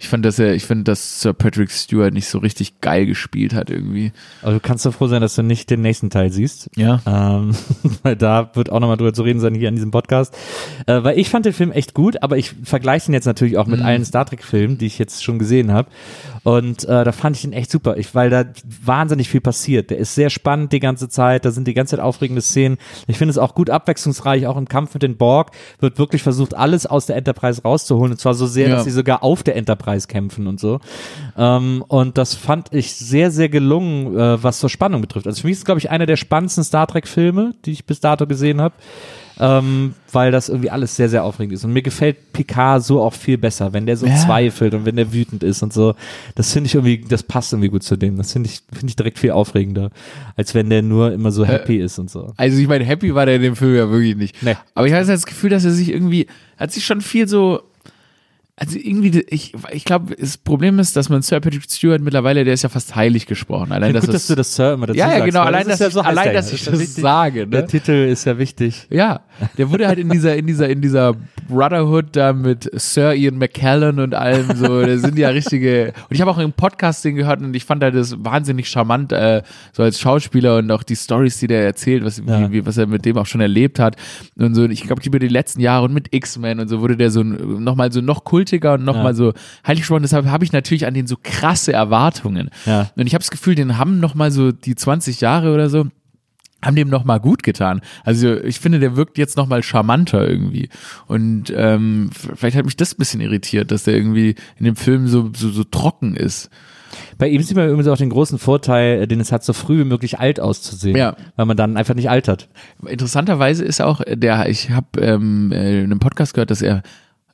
Ich finde, dass Sir Patrick Stewart nicht so richtig geil gespielt hat irgendwie. Also du kannst doch froh sein, dass du nicht den nächsten Teil siehst. Ja. Weil da wird auch nochmal drüber zu reden sein hier an diesem Podcast. Weil ich fand den Film echt gut, aber ich vergleiche ihn jetzt natürlich auch mit allen Star Trek-Filmen, die ich jetzt schon gesehen habe. Und da fand ich ihn echt super, weil da wahnsinnig viel passiert. Der ist sehr spannend die ganze Zeit, da sind die ganze Zeit aufregende Szenen. Ich finde es auch gut abwechslungsreich, auch im Kampf mit den Borg wird wirklich versucht, alles aus der Enterprise rauszuholen. Und zwar so sehr, dass sie sogar auf der Enterprise kämpfen und so. Und das fand ich sehr, sehr gelungen, was zur Spannung betrifft. Also für mich ist es, glaube ich, einer der spannendsten Star Trek-Filme, die ich bis dato gesehen habe. Weil das irgendwie alles sehr, sehr aufregend ist. Und mir gefällt Picard so auch viel besser, wenn der so zweifelt und wenn der wütend ist und so. Das finde ich irgendwie, das passt irgendwie gut zu dem. Das finde ich direkt viel aufregender, als wenn der nur immer so happy ist und so. Also ich meine, happy war der in dem Film ja wirklich nicht. Nee. Aber ich habe das Gefühl, dass er sich irgendwie, hat sich schon viel so, also irgendwie, ich glaube, das Problem ist, dass man Sir Patrick Stewart mittlerweile, der ist ja fast heilig gesprochen. Allein, gut, dass du das Sir immer dazu sagst. Ja, genau, allein, dass ich das wichtig. sage. Ne? Der Titel ist ja wichtig. Ja, der wurde halt in dieser Brotherhood da mit Sir Ian McKellen und allem so, da sind ja richtige, und ich habe auch einen Podcast den gehört und ich fand halt das wahnsinnig charmant, so als Schauspieler und auch die Storys, die der erzählt, was er mit dem auch schon erlebt hat und so, ich glaube, über die letzten Jahre und mit X-Men und so wurde der so nochmal so noch kultiger und nochmal so heilig gesprochen, deshalb habe ich natürlich an den so krasse Erwartungen. Ja. Und ich habe das Gefühl, den haben nochmal so die 20 Jahre oder so, haben dem nochmal gut getan. Also ich finde, der wirkt jetzt nochmal charmanter irgendwie. Und vielleicht hat mich das ein bisschen irritiert, dass der irgendwie in dem Film so trocken ist. Bei ihm sieht man übrigens auch den großen Vorteil, den es hat, so früh wie möglich alt auszusehen, weil man dann einfach nicht altert. Interessanterweise ist auch ich habe in einem Podcast gehört, dass er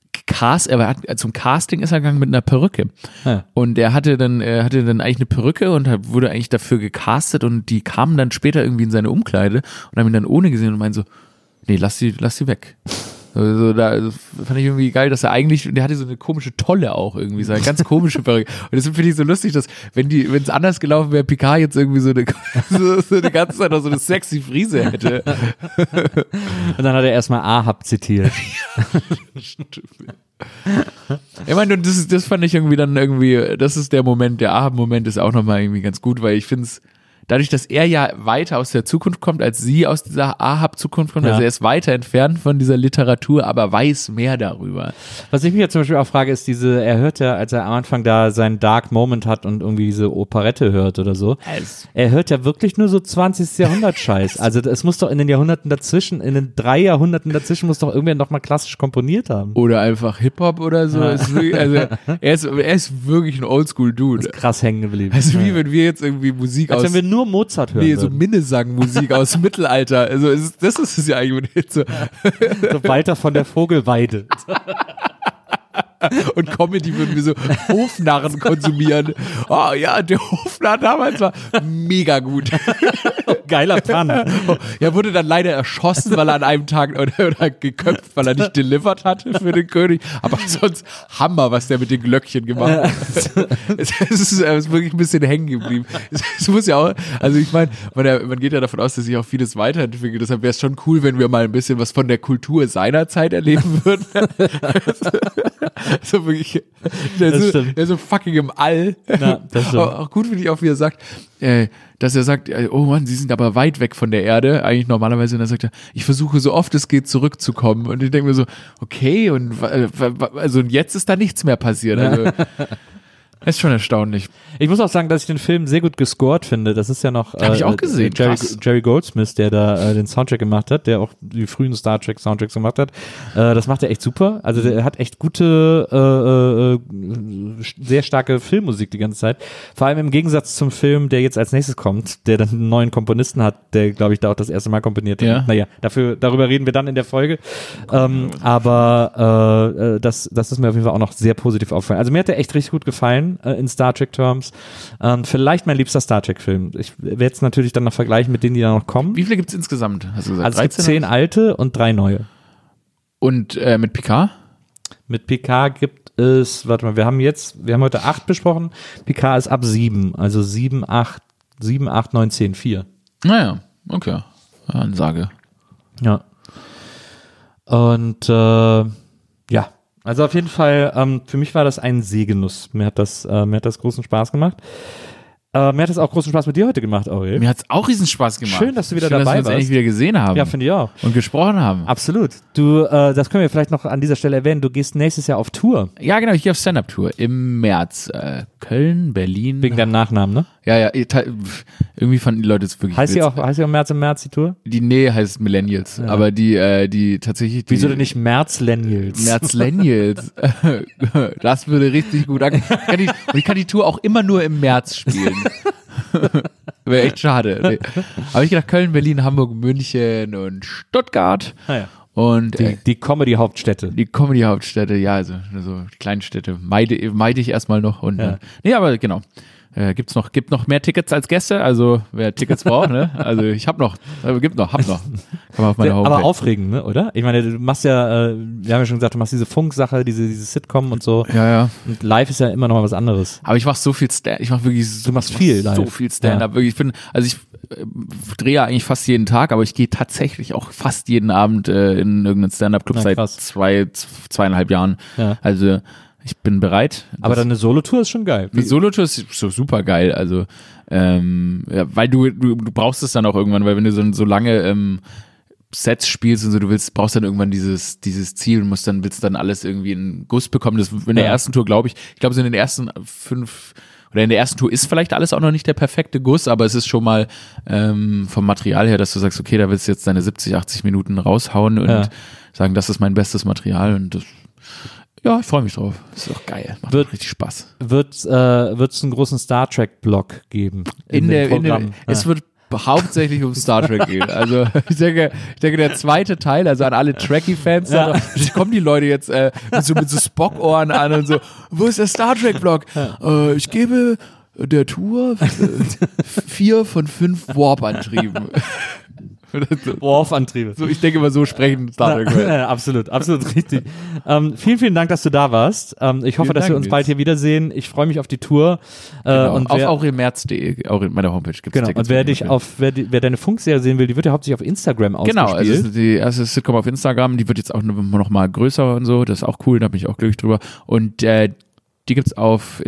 zum Casting ist er gegangen mit einer Perücke. Ja. Und er hatte dann eigentlich eine Perücke und wurde eigentlich dafür gecastet und die kamen dann später irgendwie in seine Umkleide und haben ihn dann ohne gesehen und meinen so, nee, lass sie weg. Also da fand ich irgendwie geil, dass er eigentlich, der hatte so eine komische Tolle auch irgendwie, so eine ganz komische Perücke. Und das finde ich so lustig, dass wenn es anders gelaufen wäre, Picard jetzt irgendwie so eine ganze Zeit noch so eine sexy Frise hätte. Und dann hat er erstmal Ahab zitiert. Ich meine, das fand ich irgendwie, das ist der Moment, der Ahab-Moment ist auch nochmal irgendwie ganz gut, weil ich finde es, dadurch, dass er ja weiter aus der Zukunft kommt, als sie aus dieser Ahab-Zukunft kommt, also er ist weiter entfernt von dieser Literatur, aber weiß mehr darüber. Was ich mich ja zum Beispiel auch frage, ist er hört ja, als er am Anfang da seinen Dark Moment hat und irgendwie diese Operette hört oder so, er hört ja wirklich nur so 20. Jahrhundert-Scheiß. Also es muss doch in den Jahrhunderten dazwischen, in den 3 Jahrhunderten dazwischen muss doch irgendwer noch mal klassisch komponiert haben. Oder einfach Hip-Hop oder so. Ja. Er ist wirklich ein Oldschool-Dude. Ist krass hängen geblieben. Also wie wenn wir jetzt irgendwie Musik als wenn wir nur Mozart hören. Nee, so Minnesang-Musik aus dem Mittelalter. Also das ist es ja eigentlich so. So Walter von der Vogelweide. Und Comedy würden wir so Hofnarren konsumieren. Oh ja, der Hofnarr damals war mega gut. Geiler Plan. Er wurde dann leider erschossen, weil er an einem Tag oder geköpft, weil er nicht delivered hatte für den König. Aber sonst Hammer, was der mit den Glöckchen gemacht hat. Es ist wirklich ein bisschen hängen geblieben. Es muss ja auch, also ich meine, man geht ja davon aus, dass sich auch vieles weiterentwickelt. Deshalb wäre es schon cool, wenn wir mal ein bisschen was von der Kultur seiner Zeit erleben würden. So wirklich, der so fucking im All. Ja, das stimmt. Auch gut finde ich auch, wie er sagt, dass er sagt, oh Mann, sie sind aber weit weg von der Erde, eigentlich normalerweise, und dann sagt er, ich versuche so oft es geht zurückzukommen, und ich denke mir so, okay, und jetzt ist da nichts mehr passiert, also das ist schon erstaunlich. Ich muss auch sagen, dass ich den Film sehr gut gescored finde. Das ist ja noch habe ich auch gesehen. Jerry Goldsmith, der da den Soundtrack gemacht hat, der auch die frühen Star Trek Soundtracks gemacht hat. Das macht er echt super. Also der hat echt gute, sehr starke Filmmusik die ganze Zeit. Vor allem im Gegensatz zum Film, der jetzt als nächstes kommt, der dann einen neuen Komponisten hat, der, glaube ich, da auch das erste Mal komponiert hat. Ja. Naja, darüber reden wir dann in der Folge. Aber das ist mir auf jeden Fall auch noch sehr positiv aufgefallen. Also mir hat der echt richtig gut gefallen in Star Trek Terms. Vielleicht mein liebster Star Trek Film. Ich werde es natürlich dann noch vergleichen mit denen, die da noch kommen. Wie viele gibt es insgesamt, hast du gesagt? Also es gibt 10 alte und 3 neue. Und mit Picard? Mit Picard gibt es, warte mal, wir haben heute 8 besprochen. Picard ist ab 7, also 7, 8, 9, 10, 4. Naja, okay. Ansage. Ja. Und ja, Also auf jeden Fall, für mich war das ein Sehgenuss. Mir hat das großen Spaß gemacht. Mir hat es auch großen Spaß mit dir heute gemacht, Aurel. Mir hat es auch riesen Spaß gemacht. Schön, dass du wieder Schön, dabei dass wir uns warst. endlich wieder gesehen haben. Ja, finde ich auch. Und gesprochen haben. Absolut. Du, das können wir vielleicht noch an dieser Stelle erwähnen, du gehst nächstes Jahr auf Tour. Ja, genau, ich gehe auf Stand-Up-Tour im März. Köln, Berlin. Wegen deinem Nachnamen, ne? Ja, irgendwie fanden die Leute es wirklich Heißt sie witzig. auch im März die Tour? Die Nähe heißt Millennials, Ja. aber die tatsächlich... Wieso denn nicht Märzlennials? Märzlennials. Das würde richtig gut an. Ich kann die Tour auch immer nur im März spielen. Wäre echt schade. Nee. Aber ich gedacht, Köln, Berlin, Hamburg, München und Stuttgart. Ja. Und Die Comedy-Hauptstädte. die Comedy-Hauptstädte, ja, also die kleinen Städte meide ich erstmal noch. Und Ja. nee, aber genau. Gibt noch mehr Tickets als Gäste, also wer Tickets braucht, ne? Also ich hab noch. Kann man auf meiner Homepage. Aber aufregend, ne, oder? Ich meine, du machst ja, wir haben ja schon gesagt, du machst diese Funksache, diese Sitcom und so. Ja. Und live ist ja immer noch mal was anderes. Aber ich mache so viel Stand-up. Ich mache wirklich Du machst viel live. so viel Stand-up. Wirklich, ich drehe ja eigentlich fast jeden Tag, aber ich gehe tatsächlich auch fast jeden Abend in irgendeinen Stand-up-Club Na, seit krass. 2,5 Jahren. Ja. Also ich bin bereit. Aber dann eine Solo-Tour ist schon geil. Eine Solo-Tour ist so super geil. Also ja, weil du brauchst es dann auch irgendwann, weil wenn du so lange Sets spielst und so, brauchst dann irgendwann dieses Ziel und willst dann alles irgendwie in Guss bekommen. Das in der ersten Tour, glaube ich so in den ersten 5 oder in der ersten Tour ist vielleicht alles auch noch nicht der perfekte Guss, aber es ist schon mal vom Material her, dass du sagst, okay, da willst du jetzt deine 70, 80 Minuten raushauen und sagen, das ist mein bestes Material und das, ja, ich freue mich drauf. Das ist auch geil. Macht richtig Spaß. Wird's einen großen Star Trek-Blog geben? Es wird hauptsächlich um Star Trek gehen. Also ich denke, der zweite Teil, also an alle Trekkie-Fans, da kommen die Leute jetzt mit so Spock-Ohren an und so, wo ist der Star Trek-Blog? Ich gebe der Tour 4 von 5 Warp-Antrieben. Worf-Antriebe. So, ich denke immer, so sprechen Star Trek. Absolut richtig. Vielen Dank, dass du da warst. Ich hoffe, dass wir uns bald hier wiedersehen. Ich freue mich auf die Tour. Genau, und auf aurelmerz.de, auch in meiner Homepage gibt es Tickets. Und wer deine Funkserie sehen will, die wird ja hauptsächlich auf Instagram ausgespielt. Genau, also die erste Sitcom auf Instagram, die wird jetzt auch noch mal größer und so, das ist auch cool, da bin ich auch glücklich drüber. Und die gibt's auf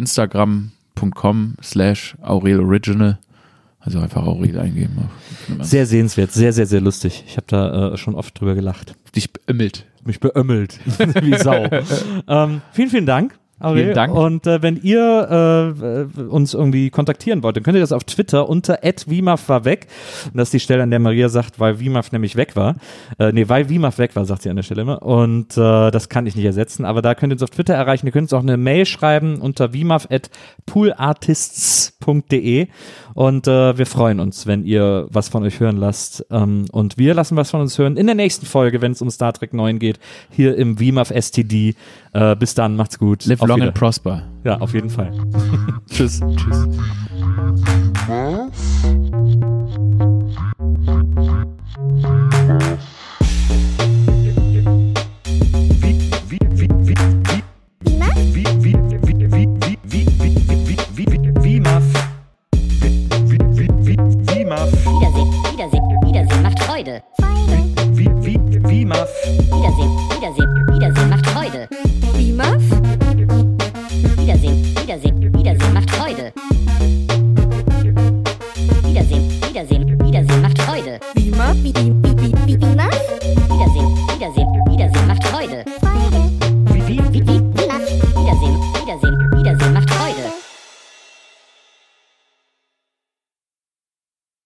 instagram.com/aureloriginal. Also einfach Aurel eingeben. Sehr sehenswert, sehr, sehr, sehr lustig. Ich habe da schon oft drüber gelacht. Dich beömmelt. Mich beömmelt. Wie Sau. Vielen Dank, Aurel. Vielen Dank. Und wenn ihr uns irgendwie kontaktieren wollt, dann könnt ihr das auf Twitter unter @wimaf war weg. Und das ist die Stelle, an der Maria sagt, weil Wimaf nämlich weg war. Weil Wimaf weg war, sagt sie an der Stelle immer. Und das kann ich nicht ersetzen. Aber da könnt ihr uns auf Twitter erreichen. Ihr könnt uns auch eine Mail schreiben unter wimaf@poolartists.de. Und wir freuen uns, wenn ihr was von euch hören lasst. Und wir lassen was von uns hören in der nächsten Folge, wenn es um Star Trek 9 geht, hier im WIMAF STD. Bis dann, macht's gut. Live long and prosper. Ja, auf jeden Fall. Tschüss. Wiedersehen macht Freude. WIMAF.